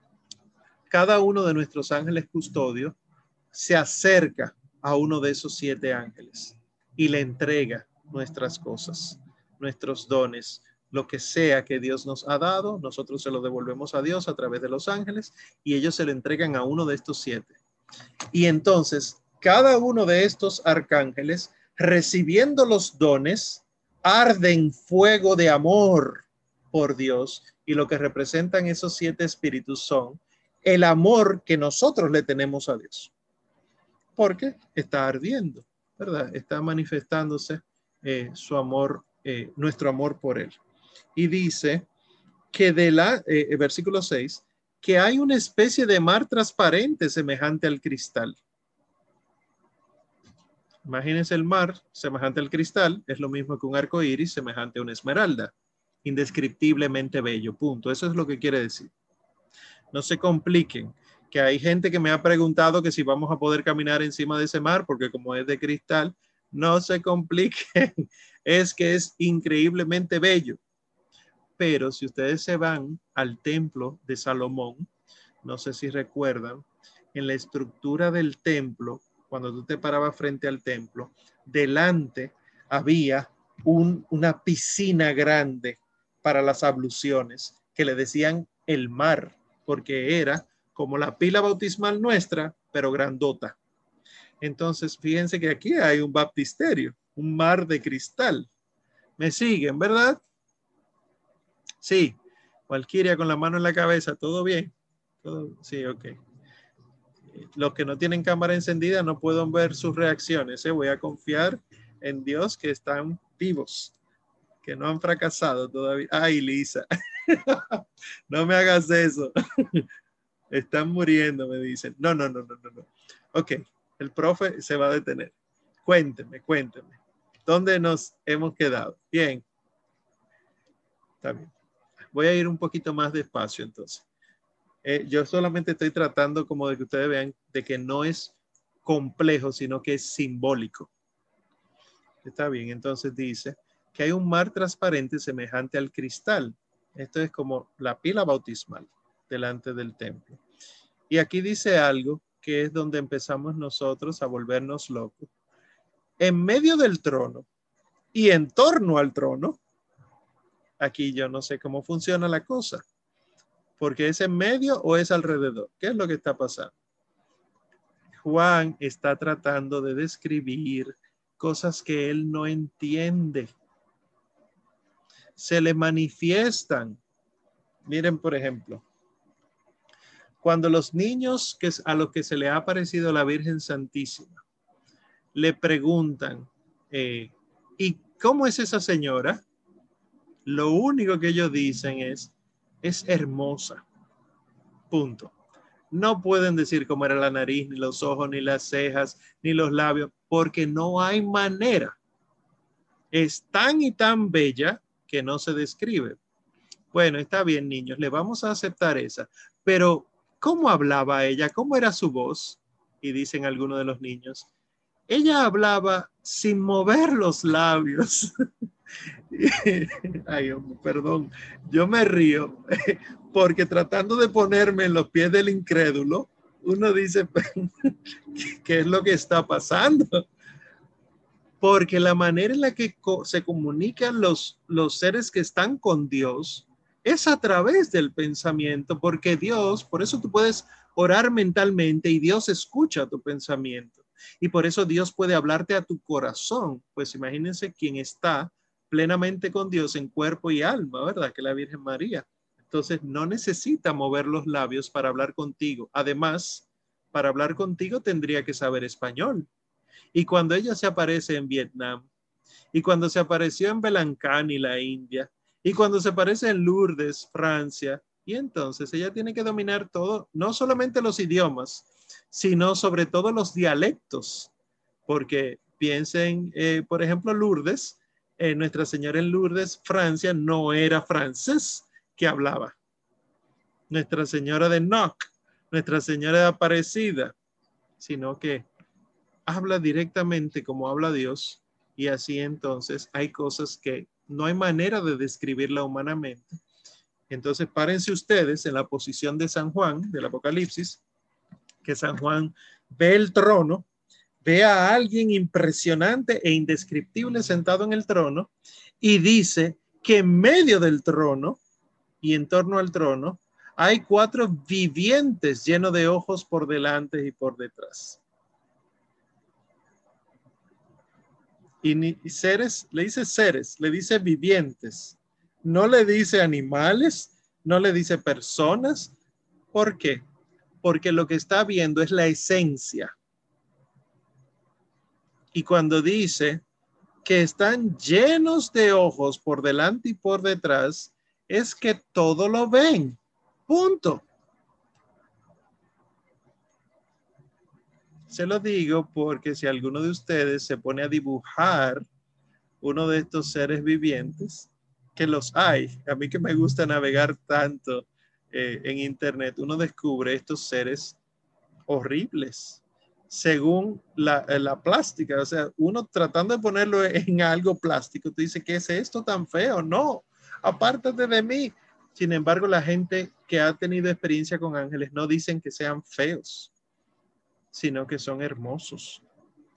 cada uno de nuestros ángeles custodios se acerca a uno de esos siete ángeles y le entrega nuestras cosas, nuestros dones, lo que sea que Dios nos ha dado, nosotros se lo devolvemos a Dios a través de los ángeles y ellos se lo entregan a uno de estos siete. Y entonces, cada uno de estos arcángeles, recibiendo los dones, arden fuego de amor por Dios, y lo que representan esos siete espíritus son el amor que nosotros le tenemos a Dios, porque está ardiendo, ¿verdad? Está manifestándose eh, su amor, eh, nuestro amor por él. Y dice que de la, eh, versículo seis, que hay una especie de mar transparente semejante al cristal. Imagínense el mar semejante al cristal, es lo mismo que un arco iris semejante a una esmeralda, indescriptiblemente bello, punto. Eso es lo que quiere decir. No se compliquen, que hay gente que me ha preguntado que si vamos a poder caminar encima de ese mar, porque como es de cristal, no se compliquen, es que es increíblemente bello. Pero si ustedes se van al templo de Salomón, no sé si recuerdan, en la estructura del templo, cuando tú te parabas frente al templo, delante había un, una piscina grande para las abluciones, que le decían el mar, porque era como la pila bautismal nuestra, pero grandota. Entonces, fíjense que aquí hay un baptisterio, un mar de cristal. ¿Me siguen, verdad? Sí. Valquiria con la mano en la cabeza, ¿todo bien? ¿Todo? Sí, ok. Los que no tienen cámara encendida no pueden ver sus reacciones. ¿eh? Voy a confiar en Dios que están vivos, que no han fracasado todavía. Ay, Lisa, no me hagas eso. Están muriendo, me dicen. No, no, no, no, no, no. Ok, el profe se va a detener. Cuénteme, cuénteme. ¿Dónde nos hemos quedado? Bien. Está bien. Voy a ir un poquito más despacio entonces. Eh, yo solamente estoy tratando como de que ustedes vean de que no es complejo, sino que es simbólico. Está bien, entonces dice que hay un mar transparente semejante al cristal. Esto es como la pila bautismal delante del templo. Y aquí dice algo que es donde empezamos nosotros a volvernos locos. En medio del trono y en torno al trono, aquí yo no sé cómo funciona la cosa, porque es en medio o es alrededor. ¿Qué es lo que está pasando? Juan está tratando de describir cosas que él no entiende. Se le manifiestan. Miren, por ejemplo, cuando los niños que a los que se le ha aparecido la Virgen Santísima le preguntan, eh, ¿y cómo es esa señora? Lo único que ellos dicen es, es hermosa. Punto. No pueden decir cómo era la nariz, ni los ojos, ni las cejas, ni los labios, porque no hay manera. Es tan y tan bella que no se describe. Bueno, está bien, niños, le vamos a aceptar esa. Pero, ¿cómo hablaba ella? ¿Cómo era su voz? Y dicen algunos de los niños, ella hablaba sin mover los labios. Ay, perdón, yo me río porque tratando de ponerme en los pies del incrédulo, uno dice, ¿qué es lo que está pasando? Porque la manera en la que se comunican los, los seres que están con Dios es a través del pensamiento, porque Dios, por eso tú puedes orar mentalmente y Dios escucha tu pensamiento. Y por eso Dios puede hablarte a tu corazón. Pues imagínense quien está plenamente con Dios en cuerpo y alma, ¿verdad? Que la Virgen María. Entonces no necesita mover los labios para hablar contigo. Además, para hablar contigo tendría que saber español. Y cuando ella se aparece en Vietnam, y cuando se apareció en Belancani, la India, y cuando se aparece en Lourdes, Francia, y entonces ella tiene que dominar todo, no solamente los idiomas, sino sobre todo los dialectos, porque piensen, eh, por ejemplo, Lourdes, eh, Nuestra Señora en Lourdes, Francia, no era francés que hablaba. Nuestra Señora de Knock, Nuestra Señora de Aparecida, sino que habla directamente como habla Dios, y así entonces hay cosas que no hay manera de describirla humanamente. Entonces párense ustedes en la posición de San Juan, del Apocalipsis, que San Juan ve el trono, ve a alguien impresionante e indescriptible sentado en el trono y dice que en medio del trono y en torno al trono hay cuatro vivientes llenos de ojos por delante y por detrás. Y, ni, y seres, le dice seres, le dice vivientes, no le dice animales, no le dice personas. ¿Por qué? Porque lo que está viendo es la esencia. Y cuando dice que están llenos de ojos por delante y por detrás, es que todo lo ven. Punto. Se lo digo porque si alguno de ustedes se pone a dibujar uno de estos seres vivientes, que los hay, a mí que me gusta navegar tanto eh, en internet, uno descubre estos seres horribles según la, la plástica. O sea, uno tratando de ponerlo en algo plástico, tú dices, ¿qué es esto tan feo? No, apártate de mí. Sin embargo, la gente que ha tenido experiencia con ángeles no dicen que sean feos, sino que son hermosos.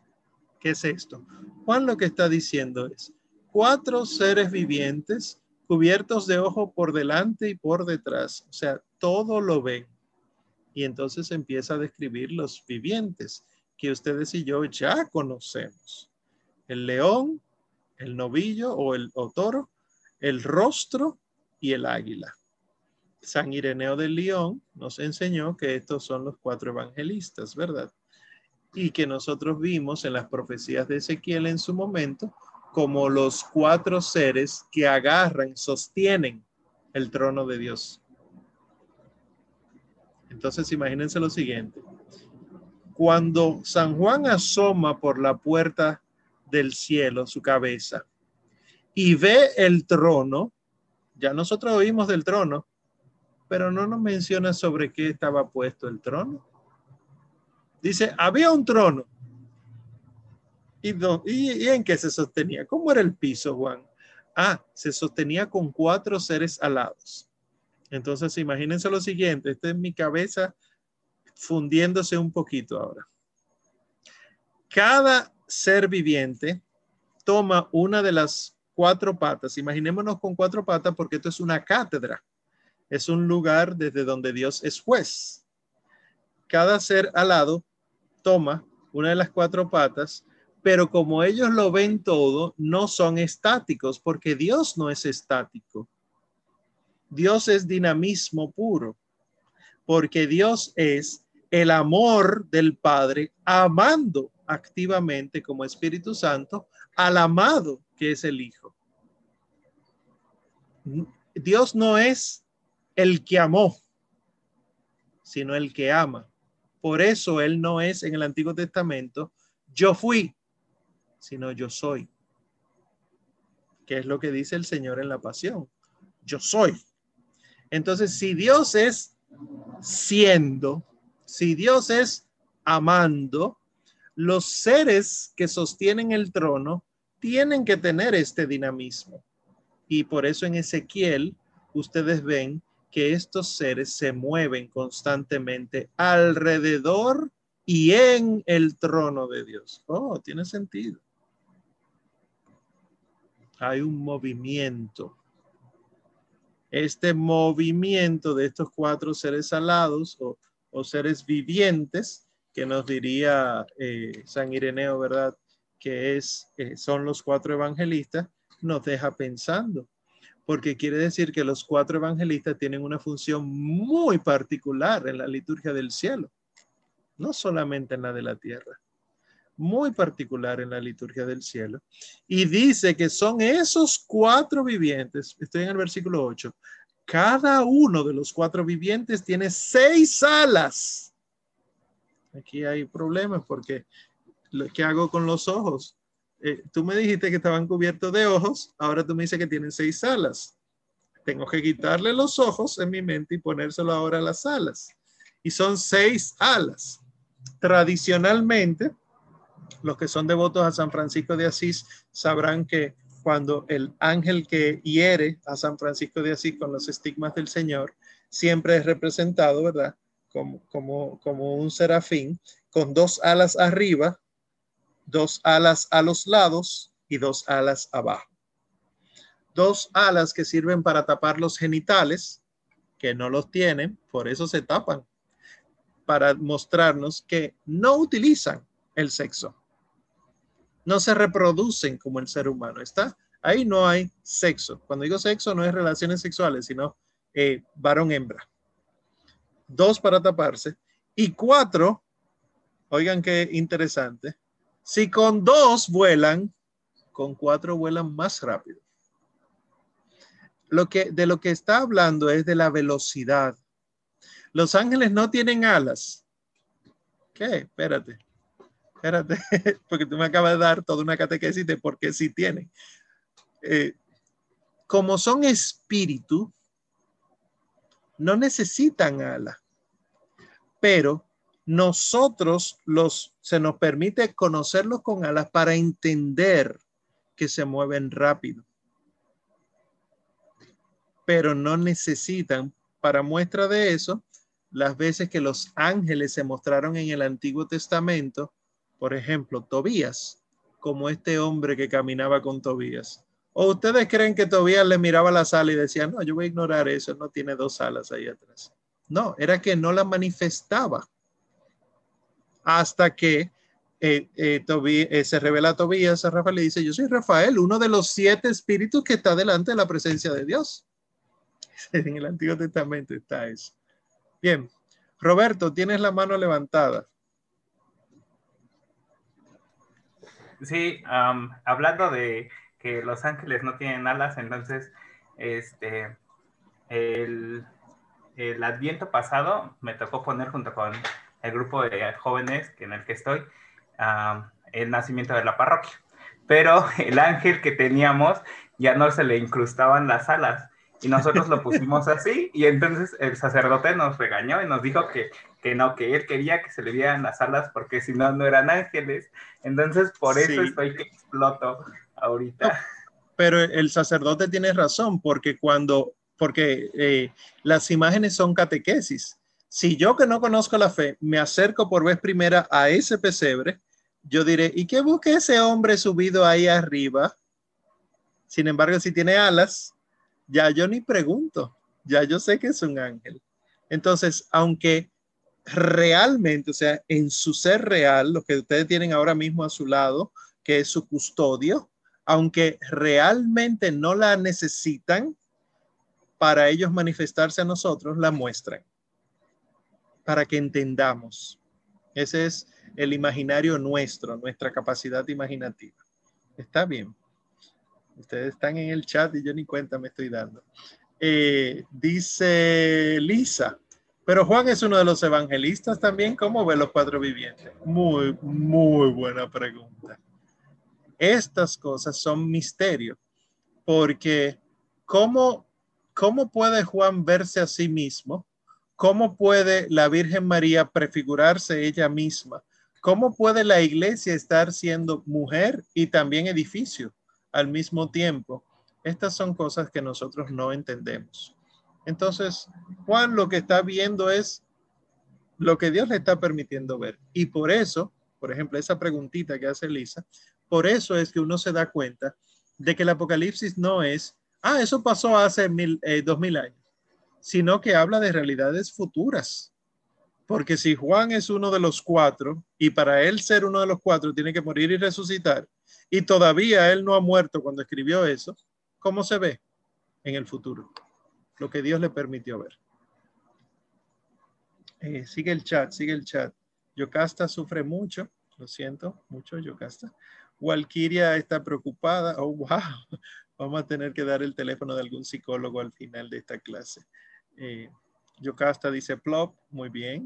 ¿Qué es esto? Juan lo que está diciendo es cuatro seres vivientes cubiertos de ojo por delante y por detrás. O sea, todo lo ven. Y entonces empieza a describir los vivientes que ustedes y yo ya conocemos. El león, el novillo o el o toro, el rostro y el águila. San Ireneo del León nos enseñó que estos son los cuatro evangelistas, ¿verdad? Y que nosotros vimos en las profecías de Ezequiel en su momento como los cuatro seres que agarran, sostienen el trono de Dios. Entonces imagínense lo siguiente. Cuando San Juan asoma por la puerta del cielo su cabeza y ve el trono, ya nosotros oímos del trono, pero no nos menciona sobre qué estaba puesto el trono. Dice, había un trono. ¿Y, do, y, ¿Y en qué se sostenía? ¿Cómo era el piso, Juan? Ah, se sostenía con cuatro seres alados. Entonces, imagínense lo siguiente. Esta es mi cabeza fundiéndose un poquito ahora. Cada ser viviente toma una de las cuatro patas. Imaginémonos con cuatro patas porque esto es una cátedra. Es un lugar desde donde Dios es juez. Cada ser alado toma una de las cuatro patas, pero como ellos lo ven todo, no son estáticos, porque Dios no es estático. Dios es dinamismo puro, porque Dios es el amor del Padre amando activamente como Espíritu Santo al amado que es el Hijo. Dios no es el que amó, sino el que ama. Por eso Él no es en el Antiguo Testamento, yo fui, sino yo soy. Que es lo que dice el Señor en la Pasión. Yo soy. Entonces, si Dios es siendo, si Dios es amando, los seres que sostienen el trono tienen que tener este dinamismo. Y por eso en Ezequiel ustedes ven que estos seres se mueven constantemente alrededor y en el trono de Dios. Oh, tiene sentido. Hay un movimiento. Este movimiento de estos cuatro seres alados o, o seres vivientes, que nos diría eh, San Ireneo, ¿verdad? Que es, eh, son los cuatro evangelistas, nos deja pensando. Porque quiere decir que los cuatro evangelistas tienen una función muy particular en la liturgia del cielo, no solamente en la de la tierra, muy particular en la liturgia del cielo. Y dice que son esos cuatro vivientes, estoy en el versículo ocho, cada uno de los cuatro vivientes tiene seis alas. Aquí hay problemas porque ¿qué hago con los ojos? Eh, tú me dijiste que estaban cubiertos de ojos, ahora tú me dices que tienen seis alas. Tengo que quitarle los ojos en mi mente y ponérselo ahora a las alas. Y son seis alas. Tradicionalmente, los que son devotos a San Francisco de Asís sabrán que cuando el ángel que hiere a San Francisco de Asís con los estigmas del Señor, siempre es representado, ¿verdad? Como, como, como un serafín con dos alas arriba, dos alas a los lados y dos alas abajo. Dos alas que sirven para tapar los genitales, que no los tienen, por eso se tapan, para mostrarnos que no utilizan el sexo. No se reproducen como el ser humano, ¿está? Ahí no hay sexo. Cuando digo sexo no es relaciones sexuales, sino eh, varón-hembra. Dos para taparse. Y cuatro, oigan qué interesante, si con dos vuelan, con cuatro vuelan más rápido. Lo que, de lo que está hablando es de la velocidad. Los ángeles no tienen alas. ¿Qué? Espérate. Espérate, porque tú me acabas de dar toda una catequesis de por qué sí tienen. Eh, como son espíritu, no necesitan alas. Pero nosotros los, se nos permite conocerlos con alas para entender que se mueven rápido. Pero no necesitan, para muestra de eso, las veces que los ángeles se mostraron en el Antiguo Testamento, por ejemplo, Tobías, como este hombre que caminaba con Tobías. ¿O ustedes creen que Tobías le miraba las alas y decía, no, yo voy a ignorar eso, no tiene dos alas ahí atrás? No, era que no la manifestaba hasta que eh, eh, Tobí, eh, se revela a Tobías, a Rafael, y dice, yo soy Rafael, uno de los siete espíritus que está delante de la presencia de Dios. En el Antiguo Testamento está eso. Bien, Roberto, tienes la mano levantada. Sí, um, hablando de que los ángeles no tienen alas, entonces, este, el, el Adviento pasado me tocó poner junto con el grupo de jóvenes en el que estoy um, el nacimiento de la parroquia. Pero el ángel que teníamos ya no se le incrustaban las alas y nosotros lo pusimos así y entonces el sacerdote nos regañó y nos dijo que, que no, que él quería que se le vieran las alas porque si no, no eran ángeles. Entonces por eso Sí. estoy que exploto ahorita. No, pero el sacerdote tiene razón porque cuando, porque eh, las imágenes son catequesis. Si yo que no conozco la fe me acerco por vez primera a ese pesebre, yo diré, ¿y qué busca ese hombre subido ahí arriba? Sin embargo, si tiene alas, ya yo ni pregunto, ya yo sé que es un ángel. Entonces, aunque realmente, o sea, en su ser real, lo que ustedes tienen ahora mismo a su lado, que es su custodio, aunque realmente no la necesitan para ellos manifestarse a nosotros, la muestran para que entendamos. Ese es el imaginario nuestro, nuestra capacidad imaginativa. Está bien. Ustedes están en el chat y yo ni cuenta me estoy dando. Eh, dice Lisa, pero Juan es uno de los evangelistas también. ¿Cómo ve los cuatro vivientes? Muy, muy buena pregunta. Estas cosas son misterios, porque ¿cómo, cómo puede Juan verse a sí mismo? ¿Cómo puede la Virgen María prefigurarse ella misma? ¿Cómo puede la iglesia estar siendo mujer y también edificio al mismo tiempo? Estas son cosas que nosotros no entendemos. Entonces, Juan lo que está viendo es lo que Dios le está permitiendo ver. Y por eso, por ejemplo, esa preguntita que hace Lisa, por eso es que uno se da cuenta de que el Apocalipsis no es, ah, eso pasó hace mil, eh, dos mil años, sino que habla de realidades futuras. Porque si Juan es uno de los cuatro y para él ser uno de los cuatro tiene que morir y resucitar, y todavía él no ha muerto cuando escribió eso, ¿cómo se ve en el futuro? Lo que Dios le permitió ver. Eh, sigue el chat, sigue el chat. Yocasta sufre mucho, lo siento mucho, Yocasta. Walkiria está preocupada. Oh, wow. Vamos a tener que dar el teléfono de algún psicólogo al final de esta clase. Eh, Yocasta dice plop, muy bien.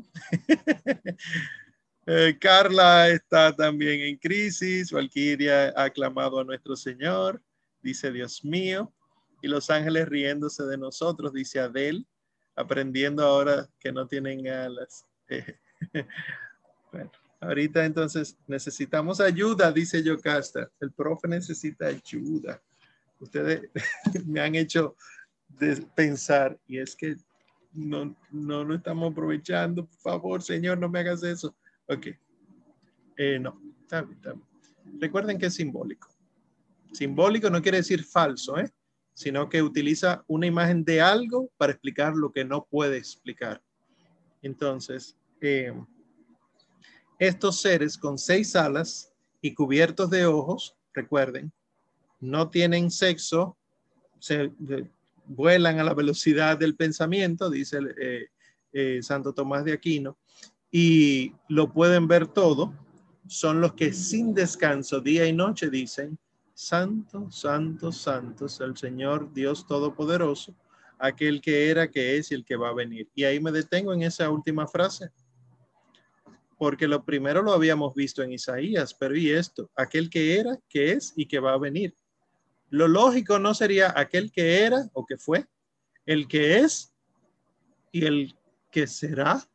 eh, Carla está también en crisis. Walkiria ha aclamado a nuestro Señor, dice Dios mío. Y los ángeles riéndose de nosotros, dice Adel, aprendiendo ahora que no tienen alas. Bueno, ahorita entonces necesitamos ayuda, dice Yocasta. El profe necesita ayuda. Ustedes me han hecho pensar y es que no, no lo estamos aprovechando. Por favor, Señor, no me hagas eso. Ok. Eh, no, está bien, está bien. Recuerden que es simbólico. Simbólico no quiere decir falso, ¿eh? Sino que utiliza una imagen de algo para explicar lo que no puede explicar. Entonces, eh, estos seres con seis alas y cubiertos de ojos, recuerden, no tienen sexo, se de, vuelan a la velocidad del pensamiento, dice eh, eh, Santo Tomás de Aquino, y lo pueden ver todo, son los que sin descanso, día y noche, dicen, Santo, Santo, Santo es el Señor Dios Todopoderoso, aquel que era, que es y el que va a venir. Y ahí me detengo en esa última frase, porque lo primero lo habíamos visto en Isaías, pero ¿y esto? Aquel que era, que es y que va a venir. Lo lógico no sería aquel que era o que fue, el que es y el que será.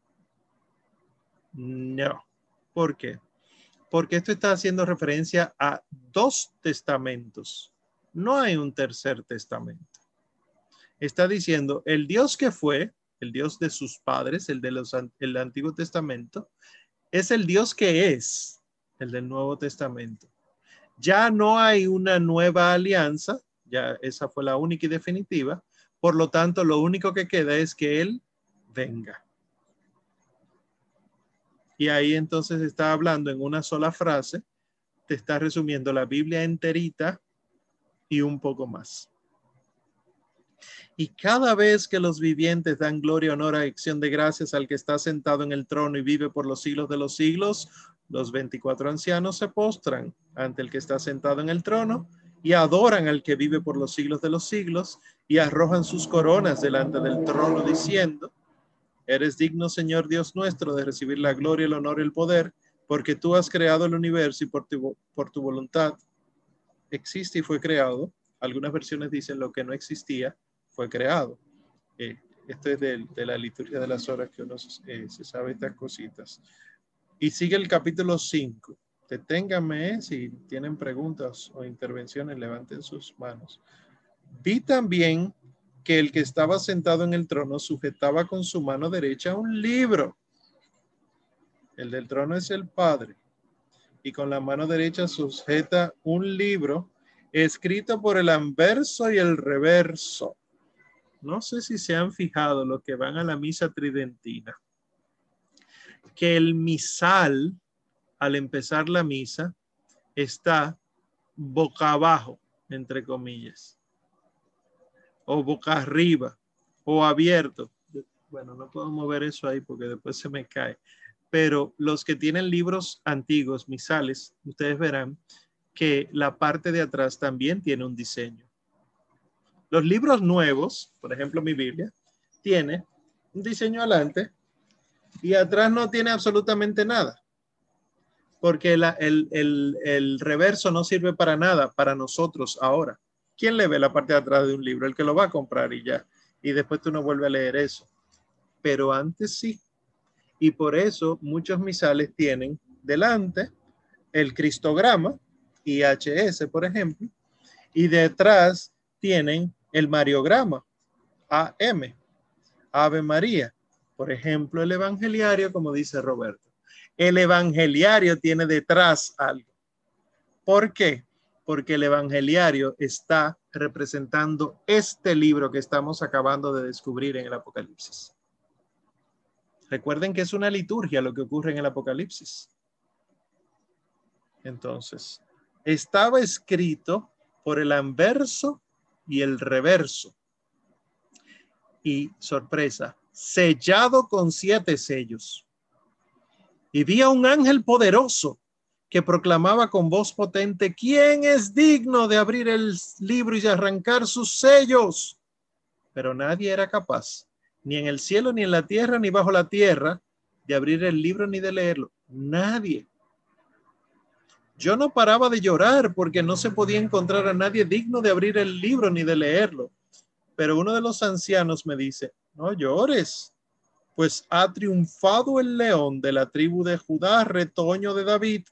No. ¿Por qué? Porque esto está haciendo referencia a dos testamentos. No hay un tercer testamento. Está diciendo el Dios que fue, el Dios de sus padres, el del Antiguo Testamento, es el Dios que es, el del Nuevo Testamento. Ya no hay una nueva alianza, ya esa fue la única y definitiva. Por lo tanto, lo único que queda es que Él venga. Y ahí entonces está hablando en una sola frase, te está resumiendo la Biblia enterita y un poco más. Y cada vez que los vivientes dan gloria, honor, acción de gracias al que está sentado en el trono y vive por los siglos de los siglos, los veinticuatro ancianos se postran ante el que está sentado en el trono y adoran al que vive por los siglos de los siglos y arrojan sus coronas delante del trono diciendo: eres digno, Señor Dios nuestro, de recibir la gloria, el honor y el poder, porque tú has creado el universo y por tu, por tu voluntad existe y fue creado. Algunas versiones dicen lo que no existía fue creado. Eh, esto es de, de la liturgia de las horas que uno eh, se sabe estas cositas. Y sigue el capítulo cinco. Deténganme, eh, si tienen preguntas o intervenciones, levanten sus manos. Vi también que el que estaba sentado en el trono sujetaba con su mano derecha un libro. El del trono es el Padre. Y con la mano derecha sujeta un libro escrito por el anverso y el reverso. No sé si se han fijado los que van a la misa tridentina, que el misal, al empezar la misa, está boca abajo, entre comillas, o boca arriba, o abierto. Bueno, no puedo mover eso ahí porque después se me cae. Pero los que tienen libros antiguos, misales, ustedes verán que la parte de atrás también tiene un diseño. Los libros nuevos, por ejemplo mi Biblia, tiene un diseño adelante y atrás no tiene absolutamente nada. Porque la, el, el, el reverso no sirve para nada para nosotros ahora. ¿Quién le ve la parte de atrás de un libro? El que lo va a comprar y ya. Y después tú no vuelves a leer eso. Pero antes sí. Y por eso muchos misales tienen delante el cristograma, I H S por ejemplo, y detrás tienen el mariograma, A M, Ave María. Por ejemplo, el evangeliario, como dice Roberto. El evangeliario tiene detrás algo. ¿Por qué? Porque el evangeliario está representando este libro que estamos acabando de descubrir en el Apocalipsis. Recuerden que es una liturgia lo que ocurre en el Apocalipsis. Entonces, estaba escrito por el anverso y el reverso. Y, sorpresa, sellado con siete sellos. Y vi a un ángel poderoso que proclamaba con voz potente: ¿quién es digno de abrir el libro y de arrancar sus sellos? Pero nadie era capaz, ni en el cielo, ni en la tierra, ni bajo la tierra, de abrir el libro ni de leerlo. Nadie. Yo no paraba de llorar porque no se podía encontrar a nadie digno de abrir el libro ni de leerlo. Pero uno de los ancianos me dice: no llores, pues ha triunfado el león de la tribu de Judá, retoño de David.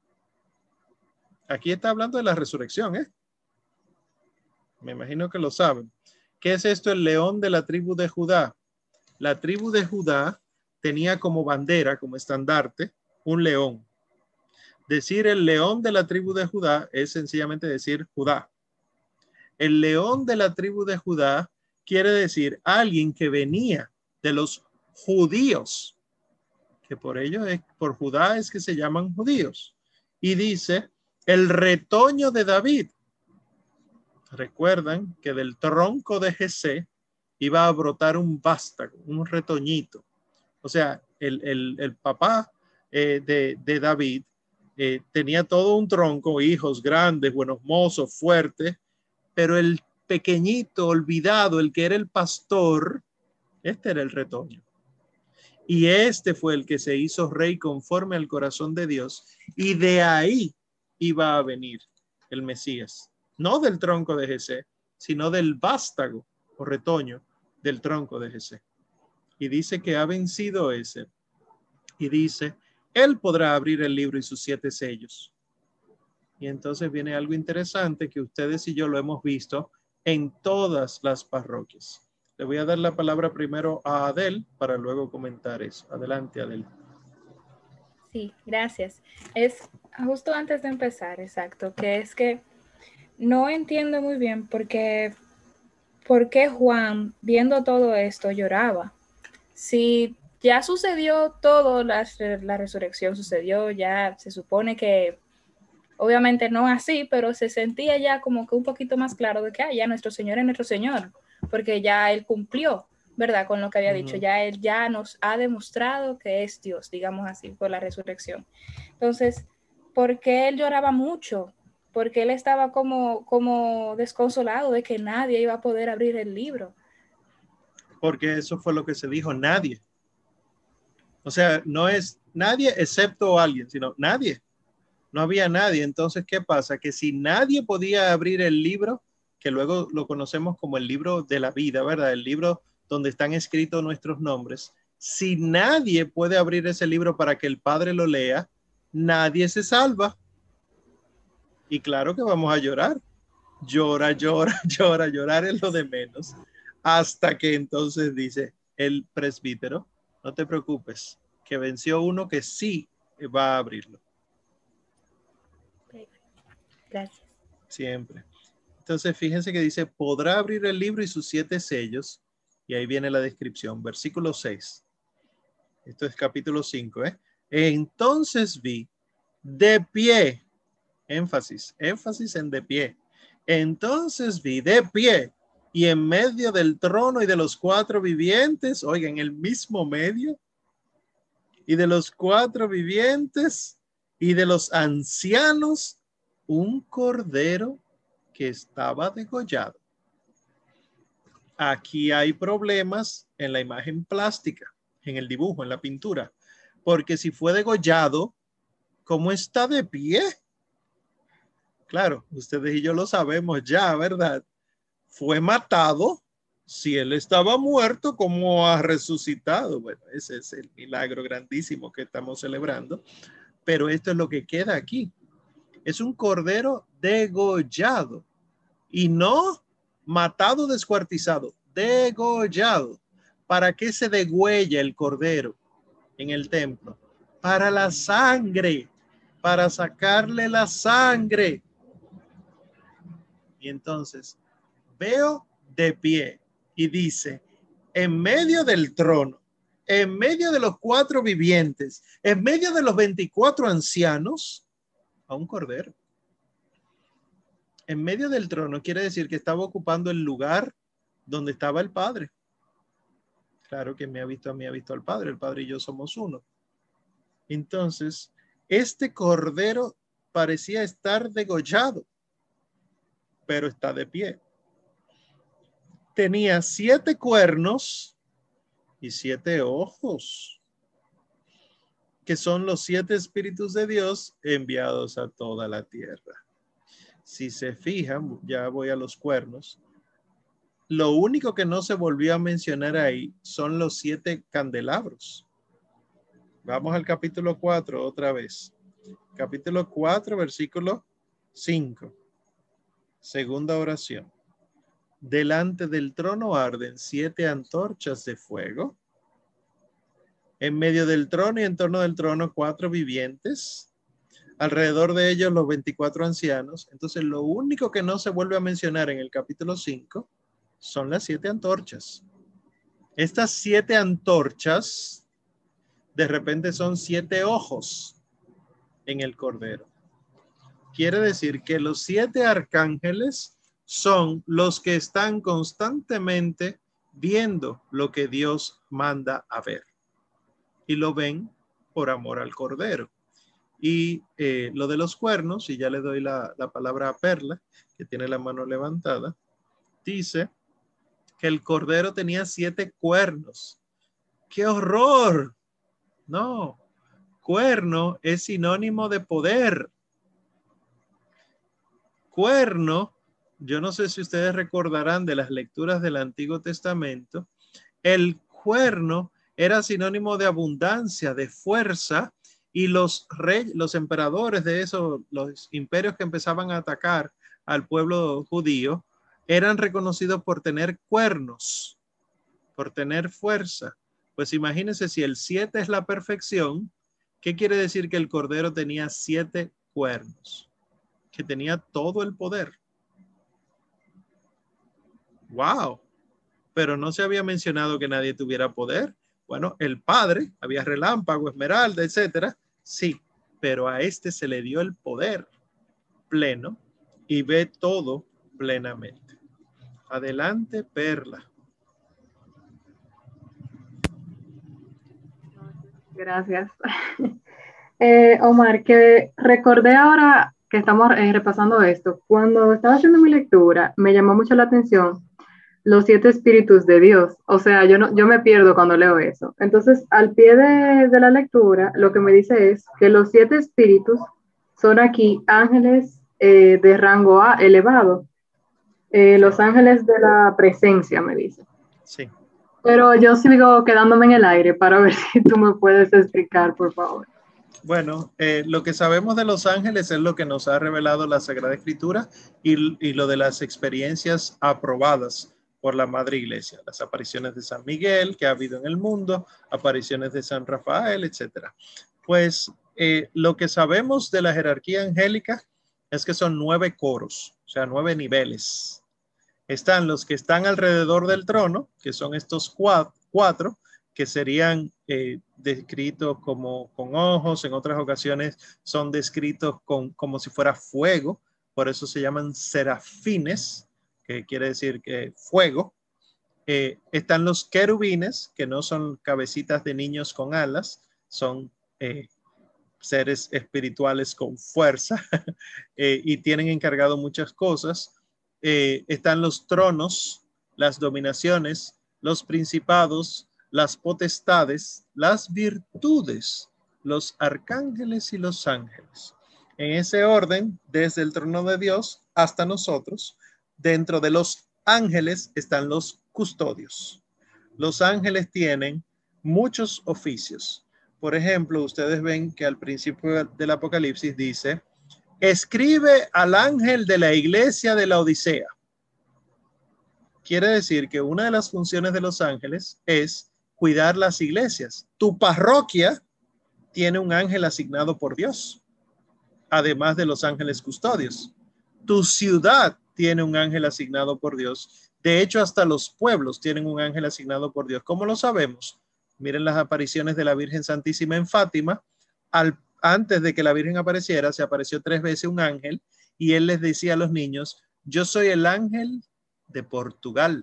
Aquí está hablando de la resurrección, ¿eh? Me imagino que lo saben. ¿Qué es esto, el león de la tribu de Judá? La tribu de Judá tenía como bandera, como estandarte, un león. Decir el león de la tribu de Judá es sencillamente decir Judá. El león de la tribu de Judá quiere decir alguien que venía de los judíos, que por ello, es, por Judá es que se llaman judíos. Y dice el retoño de David. Recuerdan que del tronco de Jesé iba a brotar un vástago, un retoñito. O sea, el, el, el papá eh, de, de David eh, tenía todo un tronco, hijos grandes, buenos mozos, fuertes, pero el pequeñito, olvidado, el que era el pastor, este era el retoño. Y este fue el que se hizo rey conforme al corazón de Dios, y de ahí iba a venir el Mesías. No del tronco de Jesé, sino del vástago o retoño del tronco de Jesé. Y dice que ha vencido ese. Y dice, él podrá abrir el libro y sus siete sellos. Y entonces viene algo interesante que ustedes y yo lo hemos visto en todas las parroquias. Le voy a dar la palabra primero a Adel para luego comentar eso. Adelante, Adel. Sí, gracias. Es justo antes de empezar, exacto, que es que no entiendo muy bien por qué, por qué Juan, viendo todo esto, lloraba. Si ya sucedió todo, la, la resurrección sucedió, ya se supone que, obviamente no así, pero se sentía ya como que un poquito más claro de que ah, ya nuestro Señor es nuestro Señor, porque ya Él cumplió, ¿verdad? Con lo que había dicho, Ujú. ya Él ya nos ha demostrado que es Dios, digamos así, por la resurrección. Entonces, ¿por qué Él lloraba mucho? Porque Él estaba como, como desconsolado de que nadie iba a poder abrir el libro. Porque eso fue lo que se dijo, nadie. O sea, no es nadie excepto alguien, sino nadie. No había nadie. Entonces, ¿qué pasa? Que si nadie podía abrir el libro, que luego lo conocemos como el libro de la vida, ¿verdad? El libro donde están escritos nuestros nombres. Si nadie puede abrir ese libro para que el Padre lo lea, nadie se salva. Y claro que vamos a llorar. Llora, llora, llora, llorar es lo de menos. Hasta que entonces dice el presbítero, no te preocupes, que venció uno que sí va a abrirlo. Gracias. Siempre. Entonces, fíjense que dice, podrá abrir el libro y sus siete sellos. Y ahí viene la descripción, versículo seis. Esto es capítulo cinco, ¿eh? Entonces vi de pie, énfasis, énfasis en de pie. Entonces vi de pie y en medio del trono y de los cuatro vivientes, oigan, en el mismo medio, y de los cuatro vivientes y de los ancianos, un cordero que estaba degollado. Aquí hay problemas en la imagen plástica, en el dibujo, en la pintura, porque si fue degollado, ¿cómo está de pie? Claro, ustedes y yo lo sabemos ya, ¿verdad? Fue matado. Si él estaba muerto, ¿cómo ha resucitado? Bueno, ese es el milagro grandísimo que estamos celebrando. Pero esto es lo que queda aquí. Es un cordero degollado y no matado, descuartizado, degollado. ¿Para qué se degüella el cordero en el templo? Para la sangre, para sacarle la sangre. Y entonces veo de pie y dice, en medio del trono, en medio de los cuatro vivientes, en medio de los veinticuatro ancianos, a un cordero. En medio del trono quiere decir que estaba ocupando el lugar donde estaba el Padre. Claro que me ha visto a mí, ha visto al Padre. El Padre y yo somos uno. Entonces, este cordero parecía estar degollado, pero está de pie. Tenía siete cuernos y siete ojos, que son los siete espíritus de Dios enviados a toda la tierra. Si se fijan, ya voy a los cuernos. Lo único que no se volvió a mencionar ahí son los siete candelabros. Vamos al capítulo cuatro otra vez. Capítulo cuatro, versículo cinco. Segunda oración. Delante del trono arden siete antorchas de fuego. En medio del trono y en torno del trono cuatro vivientes. Alrededor de ellos los veinticuatro ancianos. Entonces lo único que no se vuelve a mencionar en el capítulo cinco son las siete antorchas. Estas siete antorchas de repente son siete ojos en el cordero. Quiere decir que los siete arcángeles son los que están constantemente viendo lo que Dios manda a ver. Y lo ven por amor al cordero. Y eh, lo de los cuernos, y ya le doy la, la palabra a Perla, que tiene la mano levantada, dice que el cordero tenía siete cuernos. ¡Qué horror! No, cuerno es sinónimo de poder. Cuerno, yo no sé si ustedes recordarán de las lecturas del Antiguo Testamento, el cuerno era sinónimo de abundancia, de fuerza, y los reyes, los emperadores de esos, los imperios que empezaban a atacar al pueblo judío, eran reconocidos por tener cuernos, por tener fuerza. Pues imagínense, si el siete es la perfección, ¿Qué quiere decir que el Cordero tenía siete cuernos? Que tenía todo el poder. ¡Wow! Pero no se había mencionado que nadie tuviera poder. Bueno, el Padre, había relámpago, esmeralda, etcétera. Sí, pero a este se le dio el poder pleno y ve todo plenamente. Adelante, Perla. Gracias. Eh, Omar, que recordé ahora que estamos eh, repasando esto, cuando estaba haciendo mi lectura, me llamó mucho la atención los siete espíritus de Dios. O sea, yo, no, yo me pierdo cuando leo eso. Entonces, al pie de, de la lectura, lo que me dice es que los siete espíritus son aquí ángeles eh, de rango A elevado. Eh, los ángeles de la presencia, me dice. Sí. Pero yo sigo quedándome en el aire para ver si tú me puedes explicar, por favor. Bueno, eh, lo que sabemos de los ángeles es lo que nos ha revelado la Sagrada Escritura y, y lo de las experiencias aprobadas por la Madre Iglesia, las apariciones de San Miguel que ha habido en el mundo, apariciones de San Rafael, etcétera. Pues eh, lo que sabemos de la jerarquía angélica es que son nueve coros, o sea, nueve niveles. Están los que están alrededor del trono, que son estos cuatro, cuatro que serían eh, descritos como con ojos, en otras ocasiones son descritos con, como si fuera fuego, por eso se llaman serafines, que quiere decir que fuego. Eh, están los querubines, que no son cabecitas de niños con alas, son eh, seres espirituales con fuerza eh, y tienen encargado muchas cosas. Eh, están los tronos, las dominaciones, los principados, las potestades, las virtudes, los arcángeles y los ángeles. En ese orden, desde el trono de Dios hasta nosotros, dentro de los ángeles están los custodios. Los ángeles tienen muchos oficios. Por ejemplo, ustedes ven que al principio del Apocalipsis dice, escribe al ángel de la iglesia de la Odisea. Quiere decir que una de las funciones de los ángeles es cuidar las iglesias. Tu parroquia tiene un ángel asignado por Dios, además de los ángeles custodios. Tu ciudad tiene un ángel asignado por Dios. De hecho, hasta los pueblos tienen un ángel asignado por Dios. ¿Cómo lo sabemos? Miren las apariciones de la Virgen Santísima en Fátima. Al, antes de que la Virgen apareciera, se apareció tres veces un ángel y él les decía a los niños, yo soy el ángel de Portugal.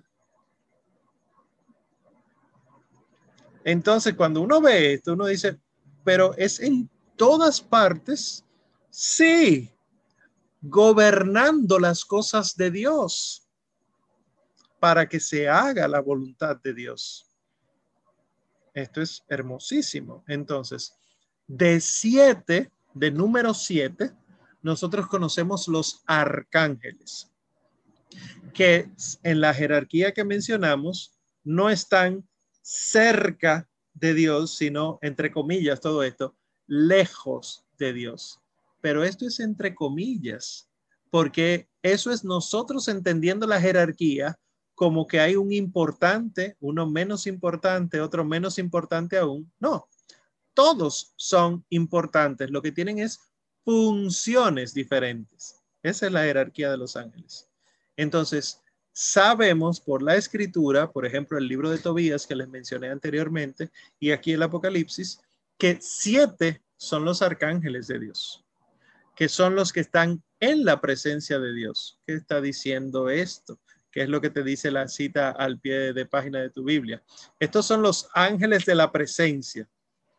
Entonces, cuando uno ve esto, uno dice, pero es en todas partes, sí, gobernando las cosas de Dios para que se haga la voluntad de Dios. Esto es hermosísimo. Entonces, de siete, de número siete, nosotros conocemos los arcángeles, que en la jerarquía que mencionamos no están cerca de Dios, sino, entre comillas, todo esto, lejos de Dios. Pero esto es entre comillas, porque eso es nosotros entendiendo la jerarquía como que hay un importante, uno menos importante, otro menos importante aún. No, todos son importantes. Lo que tienen es funciones diferentes. Esa es la jerarquía de los ángeles. Entonces, sabemos por la escritura, por ejemplo, el libro de Tobías que les mencioné anteriormente, y aquí el Apocalipsis, que siete son los arcángeles de Dios, que son los que están en la presencia de Dios. ¿Qué está diciendo esto? ¿Qué es lo que te dice la cita al pie de página de tu Biblia? Estos son los ángeles de la presencia.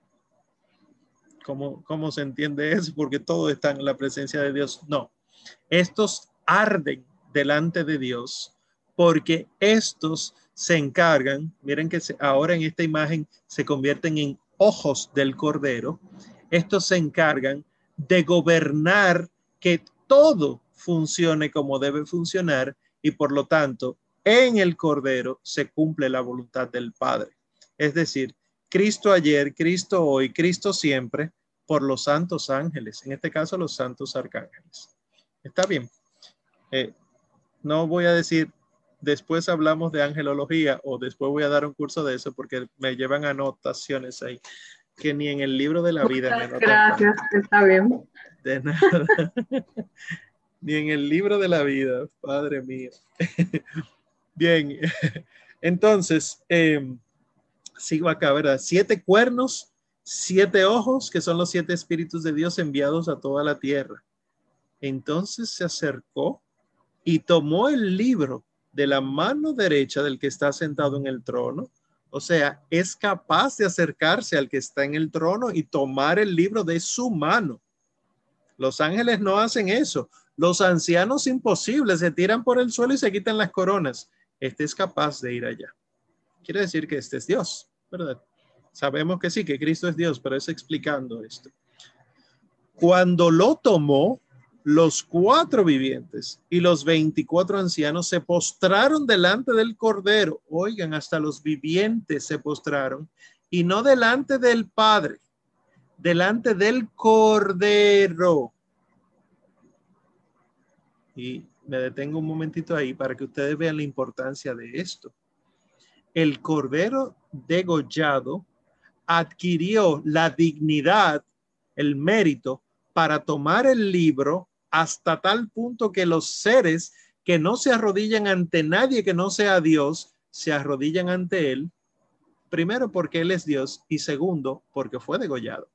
¿Cómo, cómo se entiende eso? Porque todo está en la presencia de Dios. No, estos arden delante de Dios porque estos se encargan, miren que se, ahora en esta imagen se convierten en ojos del Cordero. Estos se encargan de gobernar que todo funcione como debe funcionar y por lo tanto en el Cordero se cumple la voluntad del Padre. Es decir, Cristo ayer, Cristo hoy, Cristo siempre por los santos ángeles, en este caso los santos arcángeles. ¿Está bien? Eh, no voy a decir, después hablamos de angelología o después voy a dar un curso de eso porque me llevan anotaciones ahí. que ni en el libro de la vida. Muchas me gracias, tanto. Está bien. De nada. Ni en el libro de la vida, Padre mío. Bien, entonces, eh, sigo acá, ¿verdad? Siete cuernos, siete ojos, que son los siete espíritus de Dios enviados a toda la tierra. Entonces se acercó y tomó el libro de la mano derecha del que está sentado en el trono. O sea, es capaz de acercarse al que está en el trono y tomar el libro de su mano. Los ángeles no hacen eso. Los ancianos imposibles se tiran por el suelo y se quitan las coronas. Este es capaz de ir allá. Quiere decir que este es Dios, ¿verdad? Sabemos que sí, que Cristo es Dios, pero es explicando esto. Cuando lo tomó, los cuatro vivientes y los veinticuatro ancianos se postraron delante del Cordero. Oigan, hasta los vivientes se postraron, y no delante del Padre, delante del Cordero. Y me detengo un momentito ahí para que ustedes vean la importancia de esto. El Cordero degollado adquirió la dignidad, el mérito para tomar el libro hasta tal punto que los seres que no se arrodillan ante nadie que no sea Dios, se arrodillan ante él, primero porque él es Dios y segundo porque fue degollado.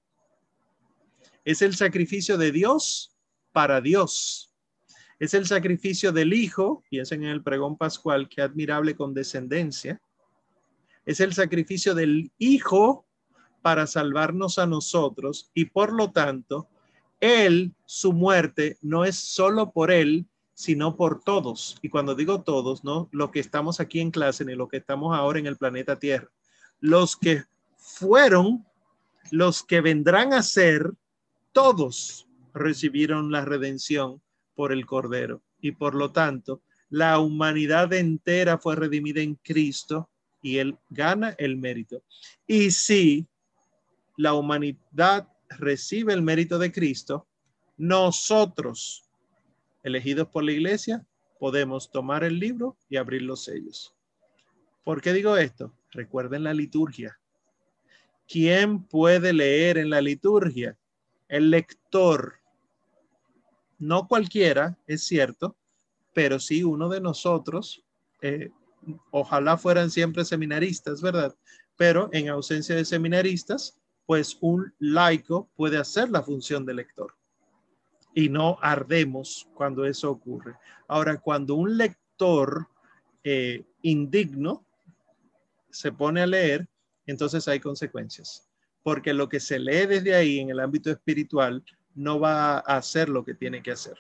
Es el sacrificio de Dios para Dios. Es el sacrificio del Hijo, piensen en el pregón pascual, qué admirable condescendencia. Es el sacrificio del Hijo para salvarnos a nosotros, y por lo tanto, él, su muerte, no es solo por él, sino por todos. Y cuando digo todos, no lo que estamos aquí en clase, ni lo que estamos ahora en el planeta Tierra. Los que fueron, los que vendrán a ser, todos recibieron la redención por el Cordero. Y por lo tanto, la humanidad entera fue redimida en Cristo y él gana el mérito. Y si la humanidad recibe el mérito de Cristo, nosotros, elegidos por la iglesia, podemos tomar el libro y abrir los sellos. ¿Por qué digo esto? Recuerden la liturgia. ¿Quién puede leer en la liturgia? El lector. No cualquiera, es cierto, pero sí uno de nosotros, eh, ojalá fueran siempre seminaristas, ¿verdad? Pero en ausencia de seminaristas, pues un laico puede hacer la función de lector. Y no ardemos cuando eso ocurre. Ahora, cuando un lector eh, indigno se pone a leer, entonces hay consecuencias. Porque lo que se lee desde ahí en el ámbito espiritual no va a hacer lo que tiene que hacer.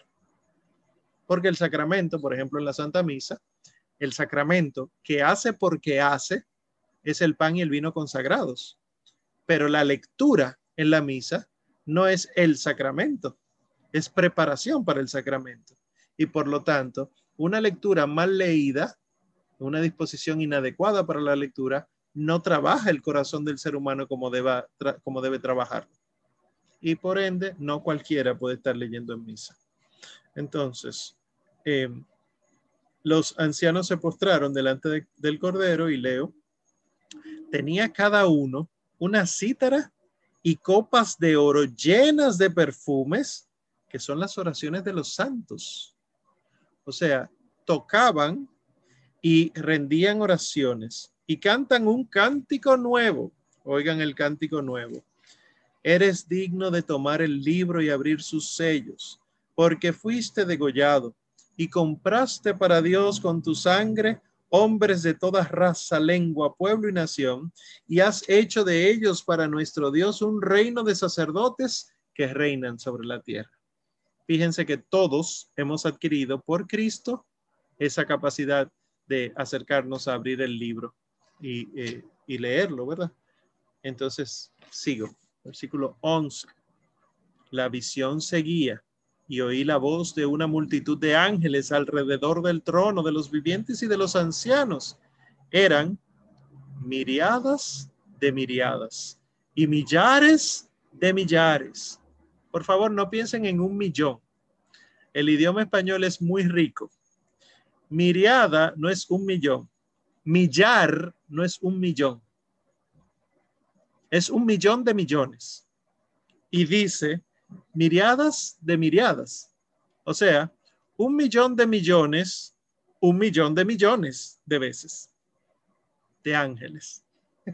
Porque el sacramento, por ejemplo, en la Santa Misa, el sacramento que hace porque hace es el pan y el vino consagrados. Pero la lectura en la misa no es el sacramento, es preparación para el sacramento. Y por lo tanto, una lectura mal leída, una disposición inadecuada para la lectura, no trabaja el corazón del ser humano como, deba, como debe trabajarlo. Y por ende, no cualquiera puede estar leyendo en misa. Entonces, eh, los ancianos se postraron delante de, del Cordero y leo, tenía cada uno una cítara y copas de oro llenas de perfumes, que son las oraciones de los santos. O sea, tocaban y rendían oraciones y cantan un cántico nuevo. Oigan el cántico nuevo. Eres digno de tomar el libro y abrir sus sellos, porque fuiste degollado y compraste para Dios con tu sangre hombres de toda raza, lengua, pueblo y nación, y has hecho de ellos para nuestro Dios un reino de sacerdotes que reinan sobre la tierra. Fíjense que todos hemos adquirido por Cristo esa capacidad de acercarnos a abrir el libro y, eh, y leerlo, ¿verdad? Entonces, sigo. Versículo once. La visión seguía y oí la voz de una multitud de ángeles alrededor del trono de los vivientes y de los ancianos. Eran miriadas de miriadas y millares de millares. Por favor, no piensen en un millón. El idioma español es muy rico. Miriada no es un millón. Millar no es un millón. es un millón de millones. Y dice miriadas de miriadas. O sea, un millón de millones, un millón de millones de veces de ángeles.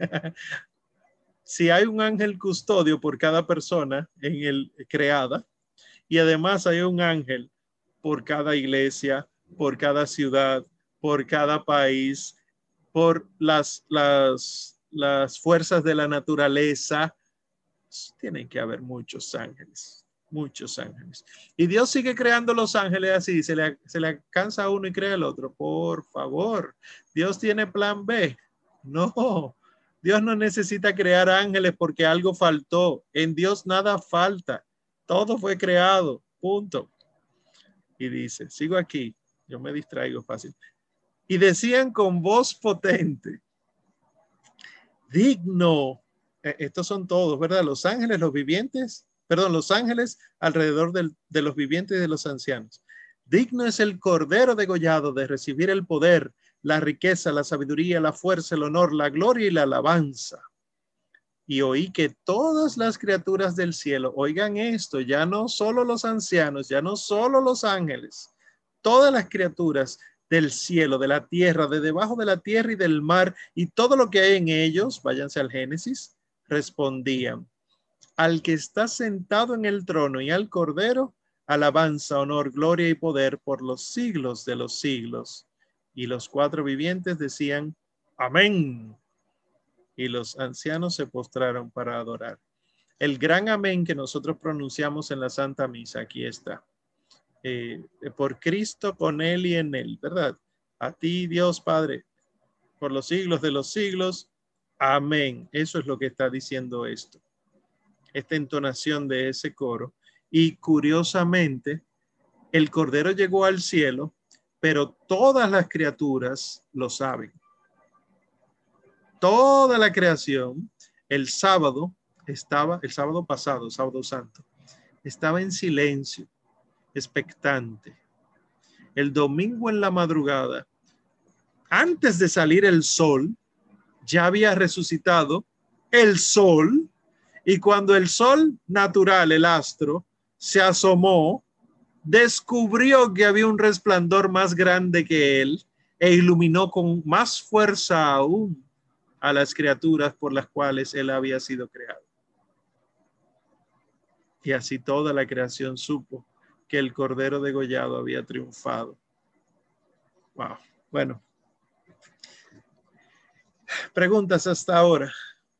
Si hay un ángel custodio por cada persona en el creada, y además hay un ángel por cada iglesia, por cada ciudad, por cada país, por las, las, las fuerzas de la naturaleza, tienen que haber muchos ángeles, muchos ángeles. Y Dios sigue creando los ángeles así, se le, se le alcanza a uno y crea el otro. Por favor, Dios tiene plan B. No, Dios no necesita crear ángeles porque algo faltó. En Dios nada falta. Todo fue creado. Punto. Y dice, sigo aquí. Yo me distraigo fácil. Y decían con voz potente, digno. Eh, estos son todos, ¿verdad? Los ángeles, los vivientes, perdón, los ángeles alrededor del, de los vivientes y de los ancianos. Digno es el cordero degollado de recibir el poder, la riqueza, la sabiduría, la fuerza, el honor, la gloria y la alabanza. Y oí que todas las criaturas del cielo, oigan esto, ya no solo los ancianos, ya no solo los ángeles, todas las criaturas del cielo, de la tierra, de debajo de la tierra y del mar, y todo lo que hay en ellos, váyanse al Génesis, respondían, al que está sentado en el trono y al cordero, alabanza, honor, gloria y poder por los siglos de los siglos. Y los cuatro vivientes decían, amén. Y los ancianos se postraron para adorar. El gran amén que nosotros pronunciamos en la Santa Misa, aquí está. Eh, por Cristo, con Él y en Él, ¿verdad? A ti, Dios Padre, por los siglos de los siglos. Amén. Eso es lo que está diciendo esto. Esta entonación de ese coro. Y curiosamente, el Cordero llegó al cielo, pero todas las criaturas lo saben. Toda la creación, el sábado estaba, el sábado pasado, sábado santo, estaba en silencio, expectante. El domingo en la madrugada, antes de salir el sol, ya había resucitado el sol, y cuando el sol natural, el astro, se asomó, descubrió que había un resplandor más grande que él e iluminó con más fuerza aún a las criaturas por las cuales él había sido creado. Y así toda la creación supo que el Cordero degollado había triunfado. Wow. Bueno. Preguntas hasta ahora.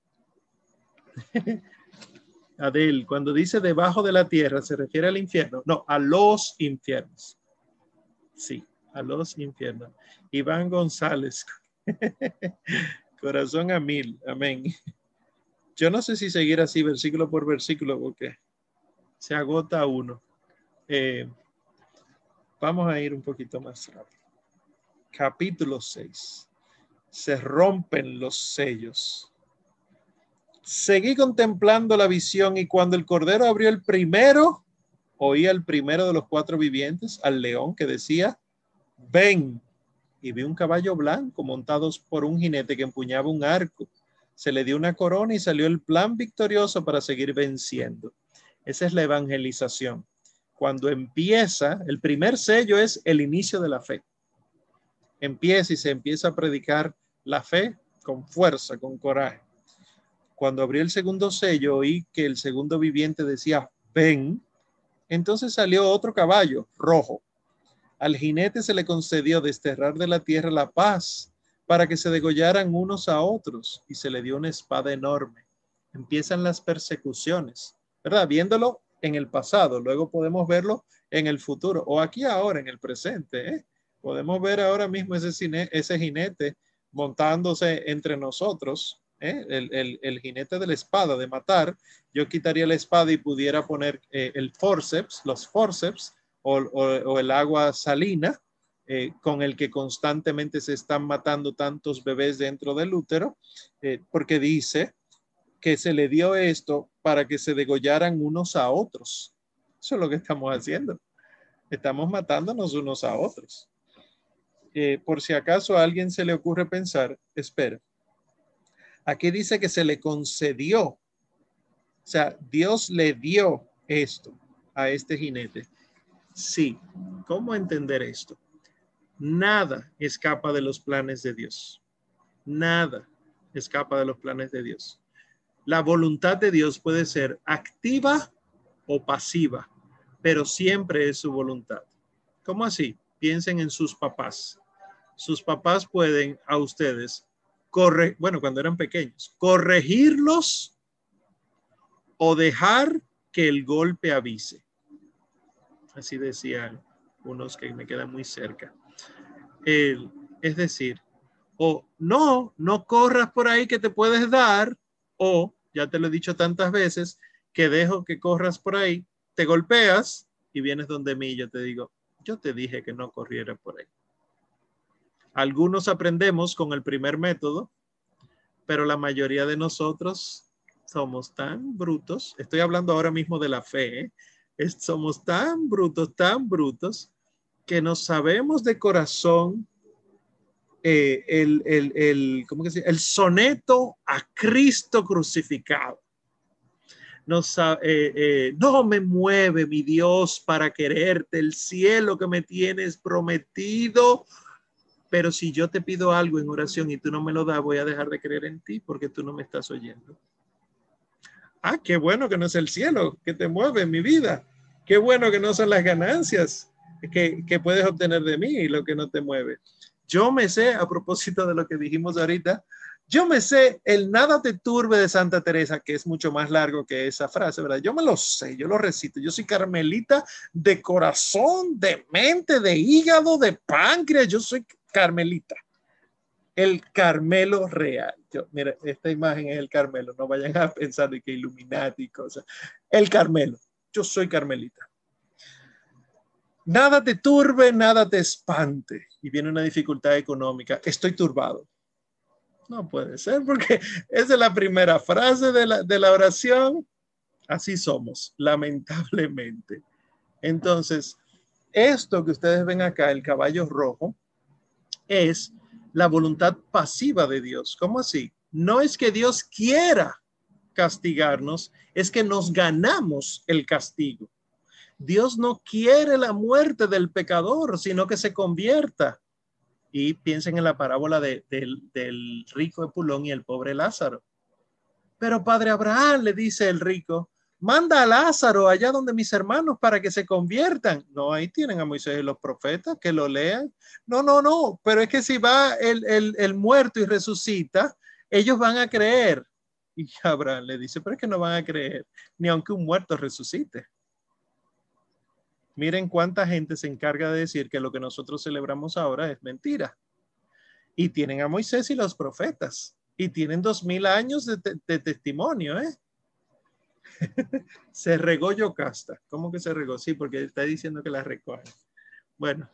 Adel, cuando dice debajo de la tierra, ¿se refiere al infierno? No, a los infiernos. Sí, a los infiernos. Iván González. Corazón a mil. Amén. Yo no sé si seguir así versículo por versículo porque se agota uno. Eh, vamos a ir un poquito más rápido. Capítulo seis. Se rompen los sellos. Seguí contemplando la visión y cuando el Cordero abrió el primero, oí al primero de los cuatro vivientes, al león que decía, ven. Y vi un caballo blanco montados por un jinete que empuñaba un arco. Se le dio una corona y salió el plan victorioso para seguir venciendo. Esa es la evangelización. Cuando empieza, el primer sello es el inicio de la fe. Empieza y se empieza a predicar la fe con fuerza, con coraje. Cuando abrió el segundo sello, oí que el segundo viviente decía, ven. Entonces salió otro caballo rojo. Al jinete se le concedió desterrar de la tierra la paz para que se degollaran unos a otros y se le dio una espada enorme. Empiezan las persecuciones, ¿verdad? Viéndolo en el pasado, luego podemos verlo en el futuro o aquí ahora en el presente, ¿eh? Podemos ver ahora mismo ese, cine, ese jinete montándose entre nosotros, ¿eh? el, el, el jinete de la espada, de matar. Yo quitaría la espada y pudiera poner eh, el forceps, los forceps o, o, o el agua salina eh, con el que constantemente se están matando tantos bebés dentro del útero, eh, porque dice que se le dio esto para que se degollaran unos a otros. Eso es lo que estamos haciendo. Estamos matándonos unos a otros. Eh, por si acaso a alguien se le ocurre pensar, espera, Aquí dice que se le concedió. O sea, Dios le dio esto a este jinete. Sí, ¿cómo entender esto? Nada escapa de los planes de Dios. Nada escapa de los planes de Dios. La voluntad de Dios puede ser activa o pasiva, pero siempre es su voluntad. ¿Cómo así? Piensen en sus papás. Sus papás pueden a ustedes corregir, bueno, cuando eran pequeños, corregirlos o dejar que el golpe avise. Así decían unos que me quedan muy cerca. El, es decir, o no, no corras por ahí que te puedes dar, o ya te lo he dicho tantas veces, que dejo que corras por ahí, te golpeas y vienes donde mí y yo te digo, yo te dije que no corriera por ahí. Algunos aprendemos con el primer método, pero la mayoría de nosotros somos tan brutos. Estoy hablando ahora mismo de la fe, ¿eh? Es, somos tan brutos, tan brutos, que nos sabemos de corazón eh, el, el, el, ¿cómo que se llama? El soneto a Cristo crucificado. Nos, eh, eh, no me mueve mi Dios para quererte, el cielo que me tienes prometido. Pero si yo te pido algo en oración y tú no me lo das, voy a dejar de creer en ti porque tú no me estás oyendo. Ah, qué bueno que no es el cielo que te mueve en mi vida. Qué bueno que no son las ganancias que, que puedes obtener de mí lo que no te mueve. Yo me sé, a propósito de lo que dijimos ahorita, yo me sé el nada te turbe de Santa Teresa, que es mucho más largo que esa frase, ¿verdad? Yo me lo sé, yo lo recito. Yo soy carmelita de corazón, de mente, de hígado, de páncreas. Yo soy carmelita. El Carmelo real. Yo, mira, esta imagen es el Carmelo. No vayan a pensar de que Illuminati y cosas. El Carmelo. Yo soy carmelita. Nada te turbe, nada te espante. Y viene una dificultad económica. Estoy turbado. No puede ser porque esa es la primera frase de la, de la oración. Así somos, lamentablemente. Entonces, esto que ustedes ven acá, el caballo rojo, es la voluntad pasiva de Dios. ¿Cómo así? No es que Dios quiera castigarnos, es que nos ganamos el castigo. Dios no quiere la muerte del pecador, sino que se convierta. Y piensen en la parábola de, de, del rico Epulón y el pobre Lázaro. Pero Padre Abraham, le dice el rico, manda a Lázaro allá donde mis hermanos para que se conviertan. No, ahí tienen a Moisés y los profetas que lo lean. No, no, no, pero es que si va el, el, el muerto y resucita, ellos van a creer. Y Abraham le dice, pero es que no van a creer, ni aunque un muerto resucite. Miren cuánta gente se encarga de decir que lo que nosotros celebramos ahora es mentira. Y tienen a Moisés y los profetas. Y tienen dos mil años de, te de testimonio, ¿eh? Se regó Yocasta. ¿Cómo que se regó? Sí, porque está diciendo que la recoge. Bueno,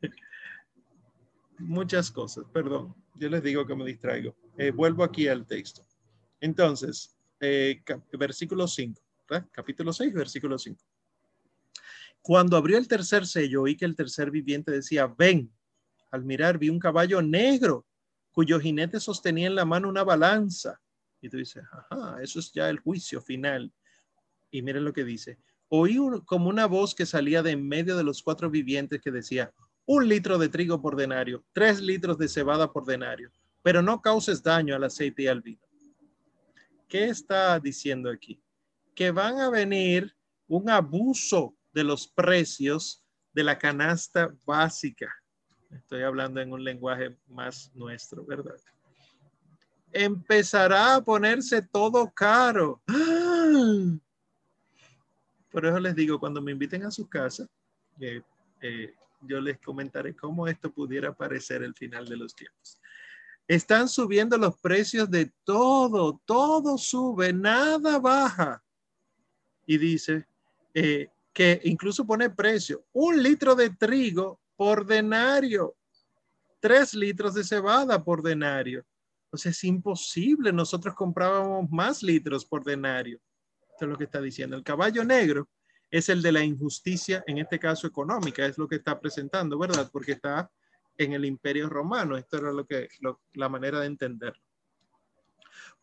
muchas cosas, perdón. Yo les digo que me distraigo. Eh, vuelvo aquí al texto. Entonces, eh, versículo cinco, ¿verdad? Capítulo seis, versículo cinco. Cuando abrió el tercer sello, oí que el tercer viviente decía, ven. Al mirar, vi un caballo negro, cuyo jinete sostenía en la mano una balanza. Y tú dices, ajá, eso es ya el juicio final. Y miren lo que dice. Oí un, como una voz que salía de en medio de los cuatro vivientes que decía, un litro de trigo por denario, tres litros de cebada por denario, pero no causes daño al aceite y al vino. ¿Qué está diciendo aquí? Que van a venir un abuso de los precios de la canasta básica. Estoy hablando en un lenguaje más nuestro, ¿verdad? Empezará a ponerse todo caro. ¡Ah! Por eso les digo, cuando me inviten a su casa, eh, eh, yo les comentaré cómo esto pudiera parecer el final de los tiempos. Están subiendo los precios de todo, todo sube, nada baja. Y dice eh, que incluso pone precio, un litro de trigo por denario, tres litros de cebada por denario. O sea, es imposible. Nosotros comprábamos más litros por denario. Esto es lo que está diciendo. El caballo negro es el de la injusticia, en este caso económica, es lo que está presentando, ¿verdad? Porque está en el Imperio Romano. Esto era lo que, lo, la manera de entenderlo.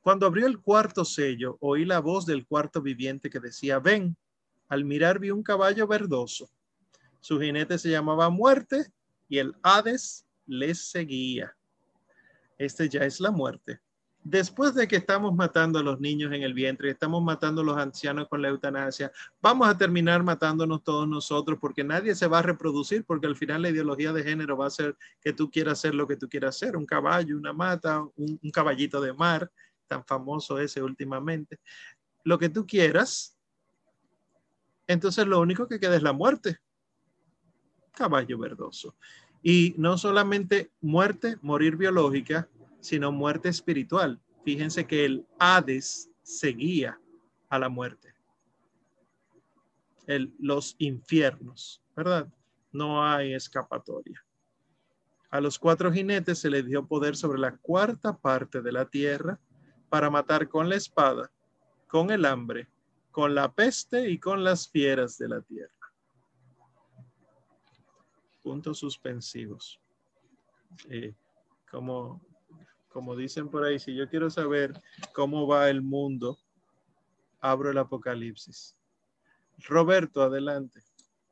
Cuando abrió el cuarto sello, oí la voz del cuarto viviente que decía, ven. Al mirar vi un caballo verdoso. Su jinete se llamaba Muerte y el Hades les seguía. Este ya es la muerte. Después de que estamos matando a los niños en el vientre, estamos matando a los ancianos con la eutanasia, vamos a terminar matándonos todos nosotros porque nadie se va a reproducir, porque al final la ideología de género va a ser que tú quieras hacer lo que tú quieras hacer, un caballo, una mata, un, un caballito de mar, tan famoso ese últimamente, lo que tú quieras. Entonces lo único que queda es la muerte. Caballo verdoso. Y no solamente muerte, morir biológica, sino muerte espiritual. Fíjense que el Hades seguía a la muerte. El, los infiernos, ¿verdad? No hay escapatoria. A los cuatro jinetes se les dio poder sobre la cuarta parte de la tierra para matar con la espada, con el hambre, con la peste y con las fieras de la tierra. Puntos suspensivos. Eh, como, como dicen por ahí, si yo quiero saber cómo va el mundo, abro el Apocalipsis. Roberto, adelante.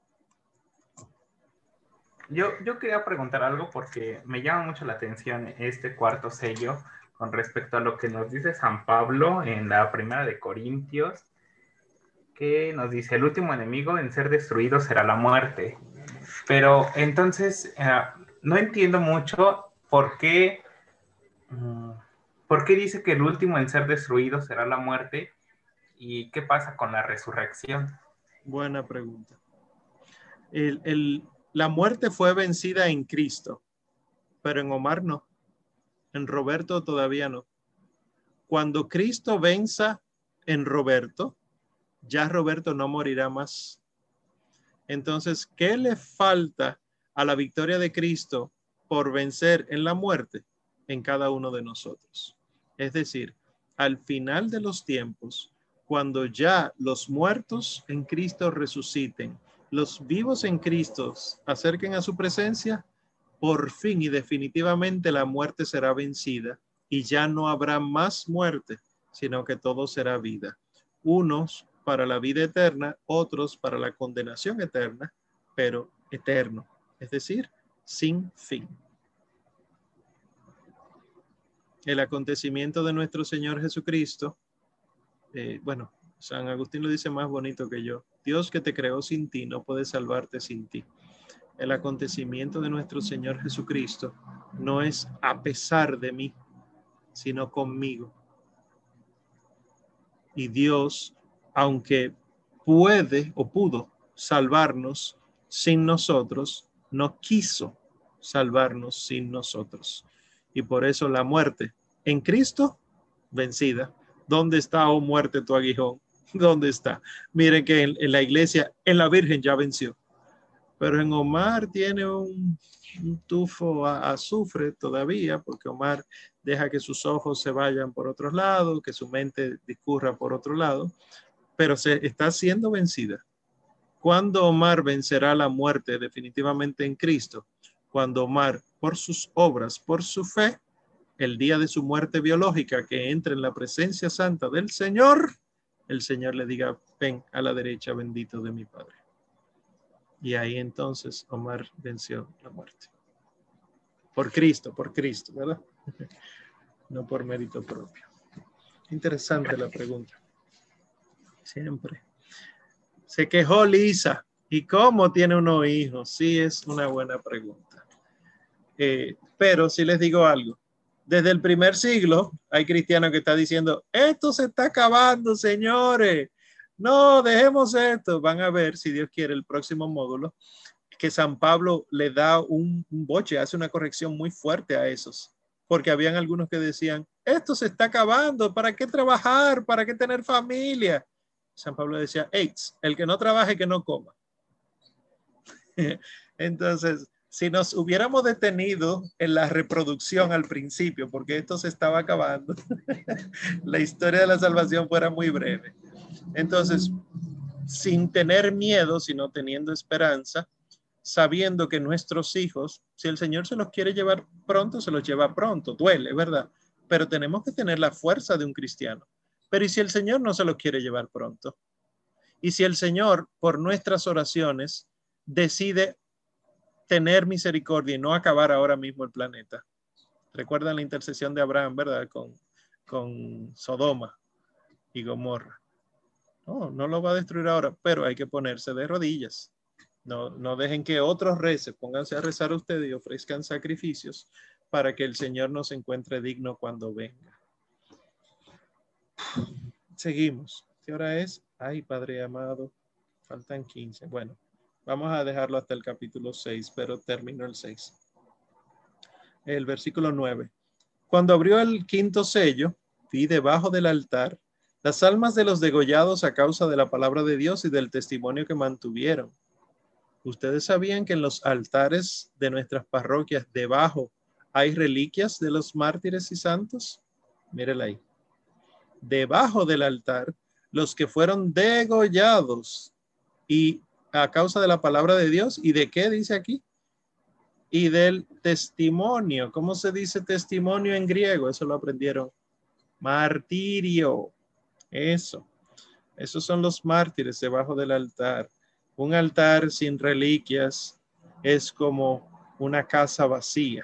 Yo, yo quería preguntar algo porque me llama mucho la atención este cuarto sello con respecto a lo que nos dice San Pablo en la primera de Corintios, que nos dice, el último enemigo en ser destruido será la muerte. Pero entonces, eh, no entiendo mucho por qué, um, por qué dice que el último en ser destruido será la muerte y qué pasa con la resurrección. Buena pregunta. El, el, la muerte fue vencida en Cristo, pero en Omar no. En Roberto todavía no. Cuando Cristo venza en Roberto, ya Roberto no morirá más. Entonces, ¿qué le falta a la victoria de Cristo por vencer en la muerte? En cada uno de nosotros. Es decir, al final de los tiempos, cuando ya los muertos en Cristo resuciten, los vivos en Cristo acerquen a su presencia, por fin y definitivamente la muerte será vencida y ya no habrá más muerte, sino que todo será vida. Unos para la vida eterna, otros para la condenación eterna, pero eterno, es decir, sin fin. El acontecimiento de nuestro Señor Jesucristo, eh, bueno, San Agustín lo dice más bonito que yo. Dios que te creó sin ti no puede salvarte sin ti. El acontecimiento de nuestro Señor Jesucristo no es a pesar de mí, sino conmigo. Y Dios, aunque puede o pudo salvarnos sin nosotros, no quiso salvarnos sin nosotros. Y por eso la muerte en Cristo, vencida. ¿Dónde está, oh muerte, tu aguijón? ¿Dónde está? Miren que en, en la iglesia, en la Virgen ya venció. Pero en Omar tiene un, un tufo a azufre todavía, porque Omar deja que sus ojos se vayan por otros lados, que su mente discurra por otro lado, pero se está siendo vencida. ¿Cuándo Omar vencerá la muerte definitivamente en Cristo? Cuando Omar, por sus obras, por su fe, el día de su muerte biológica, que entre en la presencia santa del Señor, el Señor le diga, ven a la derecha, bendito de mi Padre. Y ahí entonces Omar venció la muerte. Por Cristo, por Cristo, ¿verdad? No por mérito propio. Interesante la pregunta. Siempre. Se quejó Lisa. ¿Y cómo tiene unos hijos? Sí, es una buena pregunta. Eh, pero si les digo algo. Desde el primer siglo hay cristianos que están diciendo, esto se está acabando, señores. No, dejemos esto. Van a ver, si Dios quiere, el próximo módulo, que San Pablo le da un, un boche, hace una corrección muy fuerte a esos. Porque habían algunos que decían, esto se está acabando, ¿para qué trabajar? ¿Para qué tener familia? San Pablo decía, hey, el que no trabaje, que no coma. Entonces, si nos hubiéramos detenido en la reproducción al principio, porque esto se estaba acabando, la historia de la salvación fuera muy breve. Entonces, sin tener miedo, sino teniendo esperanza, sabiendo que nuestros hijos, si el Señor se los quiere llevar pronto, se los lleva pronto. Duele, ¿verdad? pero tenemos que tener la fuerza de un cristiano. Pero ¿y si el Señor no se lo quiere llevar pronto? ¿Y si el Señor, por nuestras oraciones, decide tener misericordia y no acabar ahora mismo el planeta? Recuerdan la intercesión de Abraham, ¿verdad? Con, con Sodoma y Gomorra. No, no lo va a destruir ahora, pero hay que ponerse de rodillas. No, no dejen que otros recen, pónganse a rezar ustedes y ofrezcan sacrificios para que el Señor nos encuentre digno cuando venga. Seguimos. ¿Qué hora es? Ay, Padre amado, faltan quince. Bueno, vamos a dejarlo hasta el capítulo seis, pero terminó el seis. El versículo nueve. Cuando abrió el quinto sello, vi debajo del altar las almas de los degollados a causa de la palabra de Dios y del testimonio que mantuvieron. ¿Ustedes sabían que en los altares de nuestras parroquias debajo hay reliquias de los mártires y santos? Mírela ahí. Debajo del altar, los que fueron degollados y a causa de la palabra de Dios. ¿Y de qué dice aquí? Y del testimonio. ¿Cómo se dice testimonio en griego? Eso lo aprendieron. Martirio. Eso. Esos son los mártires debajo del altar. Un altar sin reliquias es como una casa vacía.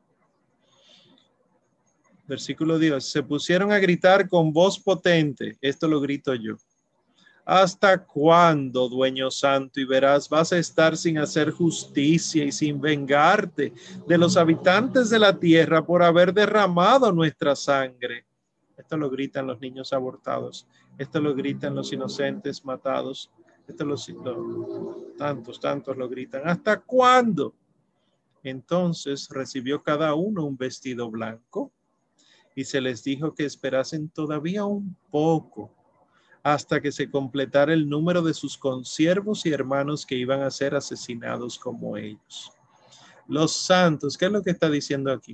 Versículo diez. Se pusieron a gritar con voz potente. Esto lo grito yo. ¿Hasta cuándo, dueño santo y veraz, vas a estar sin hacer justicia y sin vengarte de los habitantes de la tierra por haber derramado nuestra sangre? Esto lo gritan los niños abortados. Esto lo gritan los inocentes matados. Esto lo, lo, tantos, tantos lo gritan. ¿Hasta cuándo? Entonces recibió cada uno un vestido blanco y se les dijo que esperasen todavía un poco hasta que se completara el número de sus consiervos y hermanos que iban a ser asesinados como ellos. Los santos, ¿qué es lo que está diciendo aquí?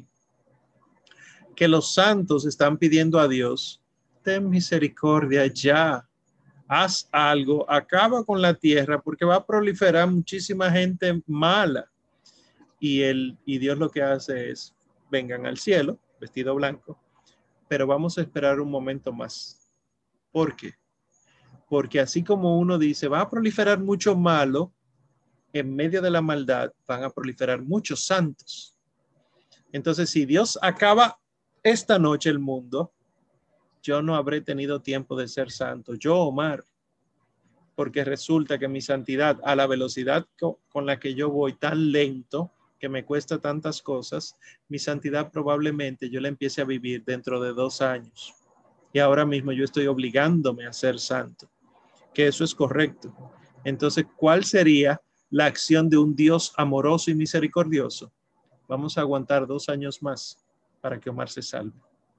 Que los santos están pidiendo a Dios, ten misericordia ya, haz algo, acaba con la tierra porque va a proliferar muchísima gente mala. Y, el, y Dios lo que hace es, vengan al cielo, vestido blanco, pero vamos a esperar un momento más. ¿Por qué? Porque así como uno dice, va a proliferar mucho malo, en medio de la maldad van a proliferar muchos santos. Entonces, si Dios acaba esta noche el mundo, yo no habré tenido tiempo de ser santo, yo, Omar, porque resulta que mi santidad, a la velocidad co- con la que yo voy tan lento, que me cuesta tantas cosas, mi santidad probablemente yo la empiece a vivir dentro de dos años. Y ahora mismo yo estoy obligándome a ser santo, que eso es correcto. Entonces, ¿cuál sería la acción de un Dios amoroso y misericordioso? Vamos a aguantar dos años más para que Omar se salve.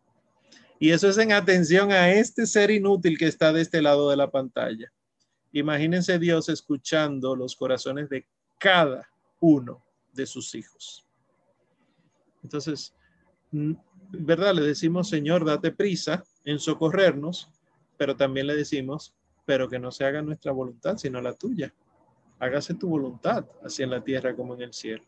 Y eso es en atención a este ser inútil que está de este lado de la pantalla. Imagínense Dios escuchando los corazones de cada uno de sus hijos. Entonces, ¿verdad? Le decimos, Señor, date prisa en socorrernos, pero también le decimos, pero que no se haga nuestra voluntad, sino la tuya. Hágase tu voluntad, así en la tierra como en el cielo.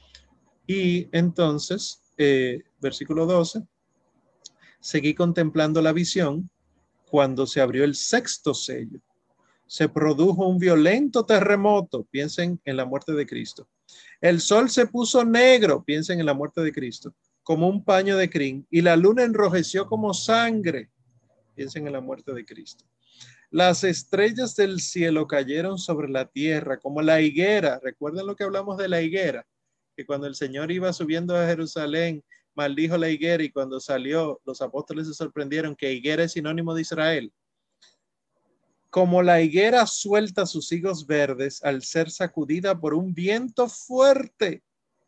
Y entonces, eh, versículo doce, seguí contemplando la visión cuando se abrió el sexto sello. Se produjo un violento terremoto, piensen en la muerte de Cristo. El sol se puso negro, piensen en la muerte de Cristo, como un paño de crin, y la luna enrojeció como sangre, piensen en la muerte de Cristo. Las estrellas del cielo cayeron sobre la tierra como la higuera. Recuerden lo que hablamos de la higuera, que cuando el Señor iba subiendo a Jerusalén, maldijo la higuera, y cuando salió, los apóstoles se sorprendieron que higuera es sinónimo de Israel. Como la higuera suelta sus higos verdes al ser sacudida por un viento fuerte,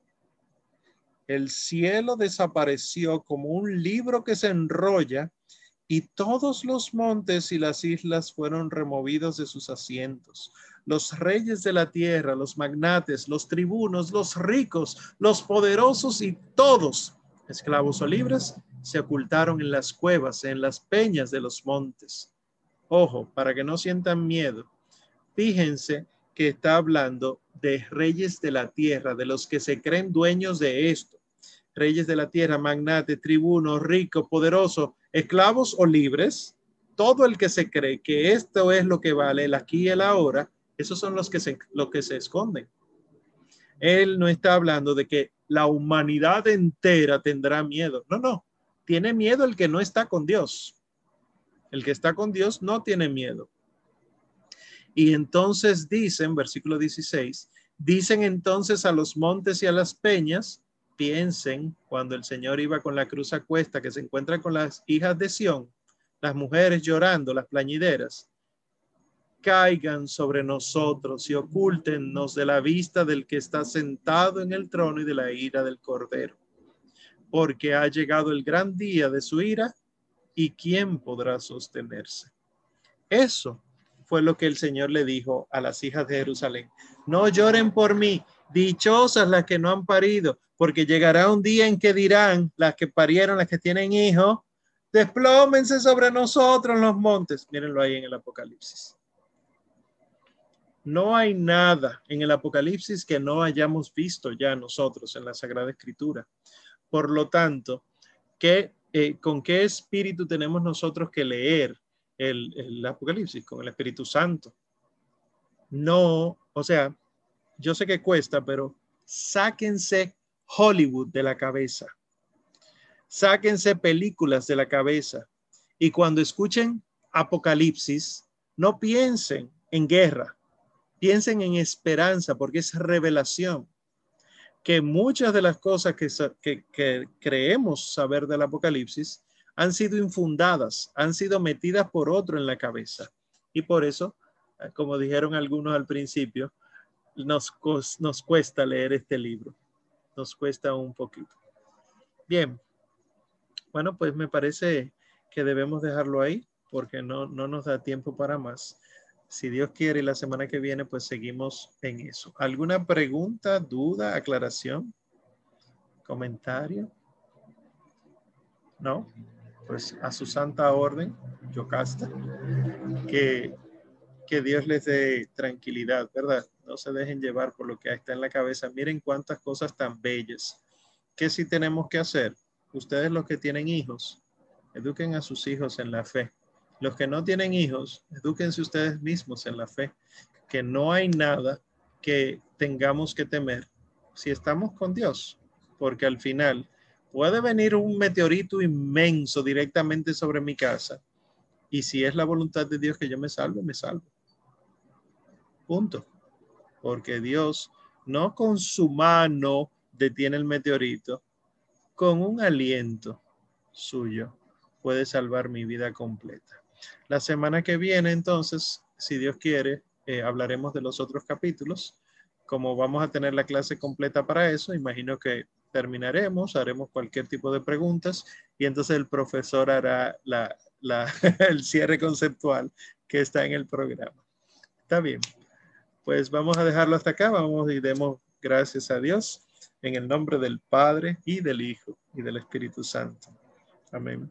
el cielo desapareció como un libro que se enrolla, y todos los montes y las islas fueron removidos de sus asientos. Los reyes de la tierra, los magnates, los tribunos, los ricos, los poderosos y todos, esclavos o libres, se ocultaron en las cuevas, en las peñas de los montes. Ojo, para que no sientan miedo, fíjense que está hablando de reyes de la tierra, de los que se creen dueños de esto. reyes de la tierra, magnates, tribunos, ricos, poderosos, esclavos o libres, todo el que se cree que esto es lo que vale, el aquí y el ahora, esos son los que se, los que se esconden. Él no está hablando de que la humanidad entera tendrá miedo. No, no. Tiene miedo el que no está con Dios. El que está con Dios no tiene miedo. Y entonces dicen, versículo dieciséis, dicen entonces a los montes y a las peñas, piensen cuando el Señor iba con la cruz a cuesta, que se encuentra con las hijas de Sión, las mujeres llorando, las plañideras, caigan sobre nosotros y ocúltennos de la vista del que está sentado en el trono y de la ira del Cordero, porque ha llegado el gran día de su ira, y ¿quién podrá sostenerse? Eso fue lo que el Señor le dijo a las hijas de Jerusalén. No lloren por mí, dichosas las que no han parido, porque llegará un día en que dirán, las que parieron, las que tienen hijos, desplómense sobre nosotros los montes. Mírenlo ahí en el Apocalipsis. No hay nada en el Apocalipsis que no hayamos visto ya nosotros en la Sagrada Escritura. Por lo tanto, ¿qué, eh, ¿con qué espíritu tenemos nosotros que leer el, el Apocalipsis? Con el Espíritu Santo. No, o sea, yo sé que cuesta, pero sáquense Hollywood de la cabeza. Sáquense películas de la cabeza. Y cuando escuchen Apocalipsis, no piensen en guerra. Piensen en esperanza, porque es revelación. Que muchas de las cosas que, que, que creemos saber del Apocalipsis han sido infundadas, han sido metidas por otro en la cabeza. Y por eso, como dijeron algunos al principio, nos, nos cuesta leer este libro. Nos cuesta un poquito. Bien. Bueno, pues me parece que debemos dejarlo ahí porque no, no nos da tiempo para más. Si Dios quiere, y la semana que viene, pues seguimos en eso. ¿Alguna pregunta, duda, aclaración, comentario? ¿No? Pues a su santa orden, Yocasta, que, que Dios les dé tranquilidad, ¿verdad? No se dejen llevar por lo que está en la cabeza. Miren cuántas cosas tan bellas. ¿Qué sí tenemos que hacer? Ustedes los que tienen hijos, eduquen a sus hijos en la fe. Los que no tienen hijos, edúquense ustedes mismos en la fe, que no hay nada que tengamos que temer si estamos con Dios, porque al final puede venir un meteorito inmenso directamente sobre mi casa, y si es la voluntad de Dios que yo me salve, me salvo. Punto. Porque Dios no con su mano detiene el meteorito, con un aliento suyo puede salvar mi vida completa. La semana que viene, entonces, si Dios quiere, eh, hablaremos de los otros capítulos. Como vamos a tener la clase completa para eso, imagino que terminaremos, haremos cualquier tipo de preguntas y entonces el profesor hará la, la, el cierre conceptual que está en el programa. Está bien. Pues vamos a dejarlo hasta acá. Vamos y demos gracias a Dios en el nombre del Padre y del Hijo y del Espíritu Santo. Amén.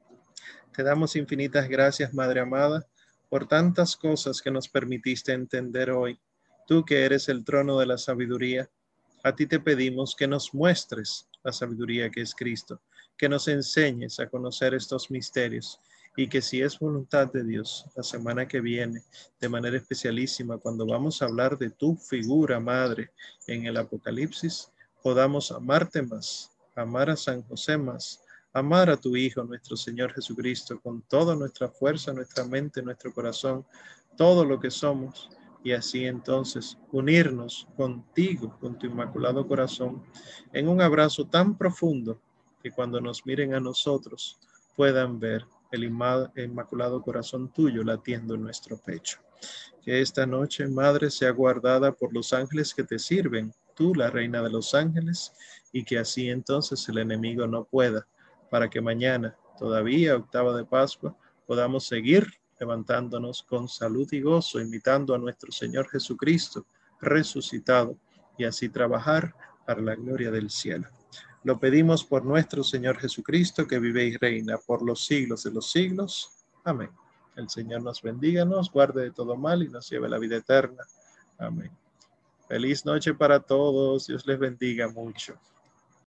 Te damos infinitas gracias, Madre amada, por tantas cosas que nos permitiste entender hoy. Tú que eres el trono de la sabiduría, a ti te pedimos que nos muestres la sabiduría que es Cristo, que nos enseñes a conocer estos misterios y que si es voluntad de Dios, la semana que viene, de manera especialísima, cuando vamos a hablar de tu figura, Madre, en el Apocalipsis, podamos amarte más, amar a San José más, amar a tu Hijo, nuestro Señor Jesucristo, con toda nuestra fuerza, nuestra mente, nuestro corazón, todo lo que somos, y así entonces unirnos contigo, con tu Inmaculado Corazón, en un abrazo tan profundo que cuando nos miren a nosotros puedan ver el Inmaculado Corazón tuyo latiendo en nuestro pecho. Que esta noche, Madre, sea guardada por los ángeles que te sirven, tú, la Reina de los Ángeles, y que así entonces el enemigo no pueda, para que mañana, todavía octava de Pascua, podamos seguir levantándonos con salud y gozo, imitando a nuestro Señor Jesucristo resucitado, y así trabajar para la gloria del cielo. Lo pedimos por nuestro Señor Jesucristo, que vive y reina por los siglos de los siglos. Amén. El Señor nos bendiga, nos guarde de todo mal y nos lleve a la vida eterna. Amén. Feliz noche para todos. Dios les bendiga mucho.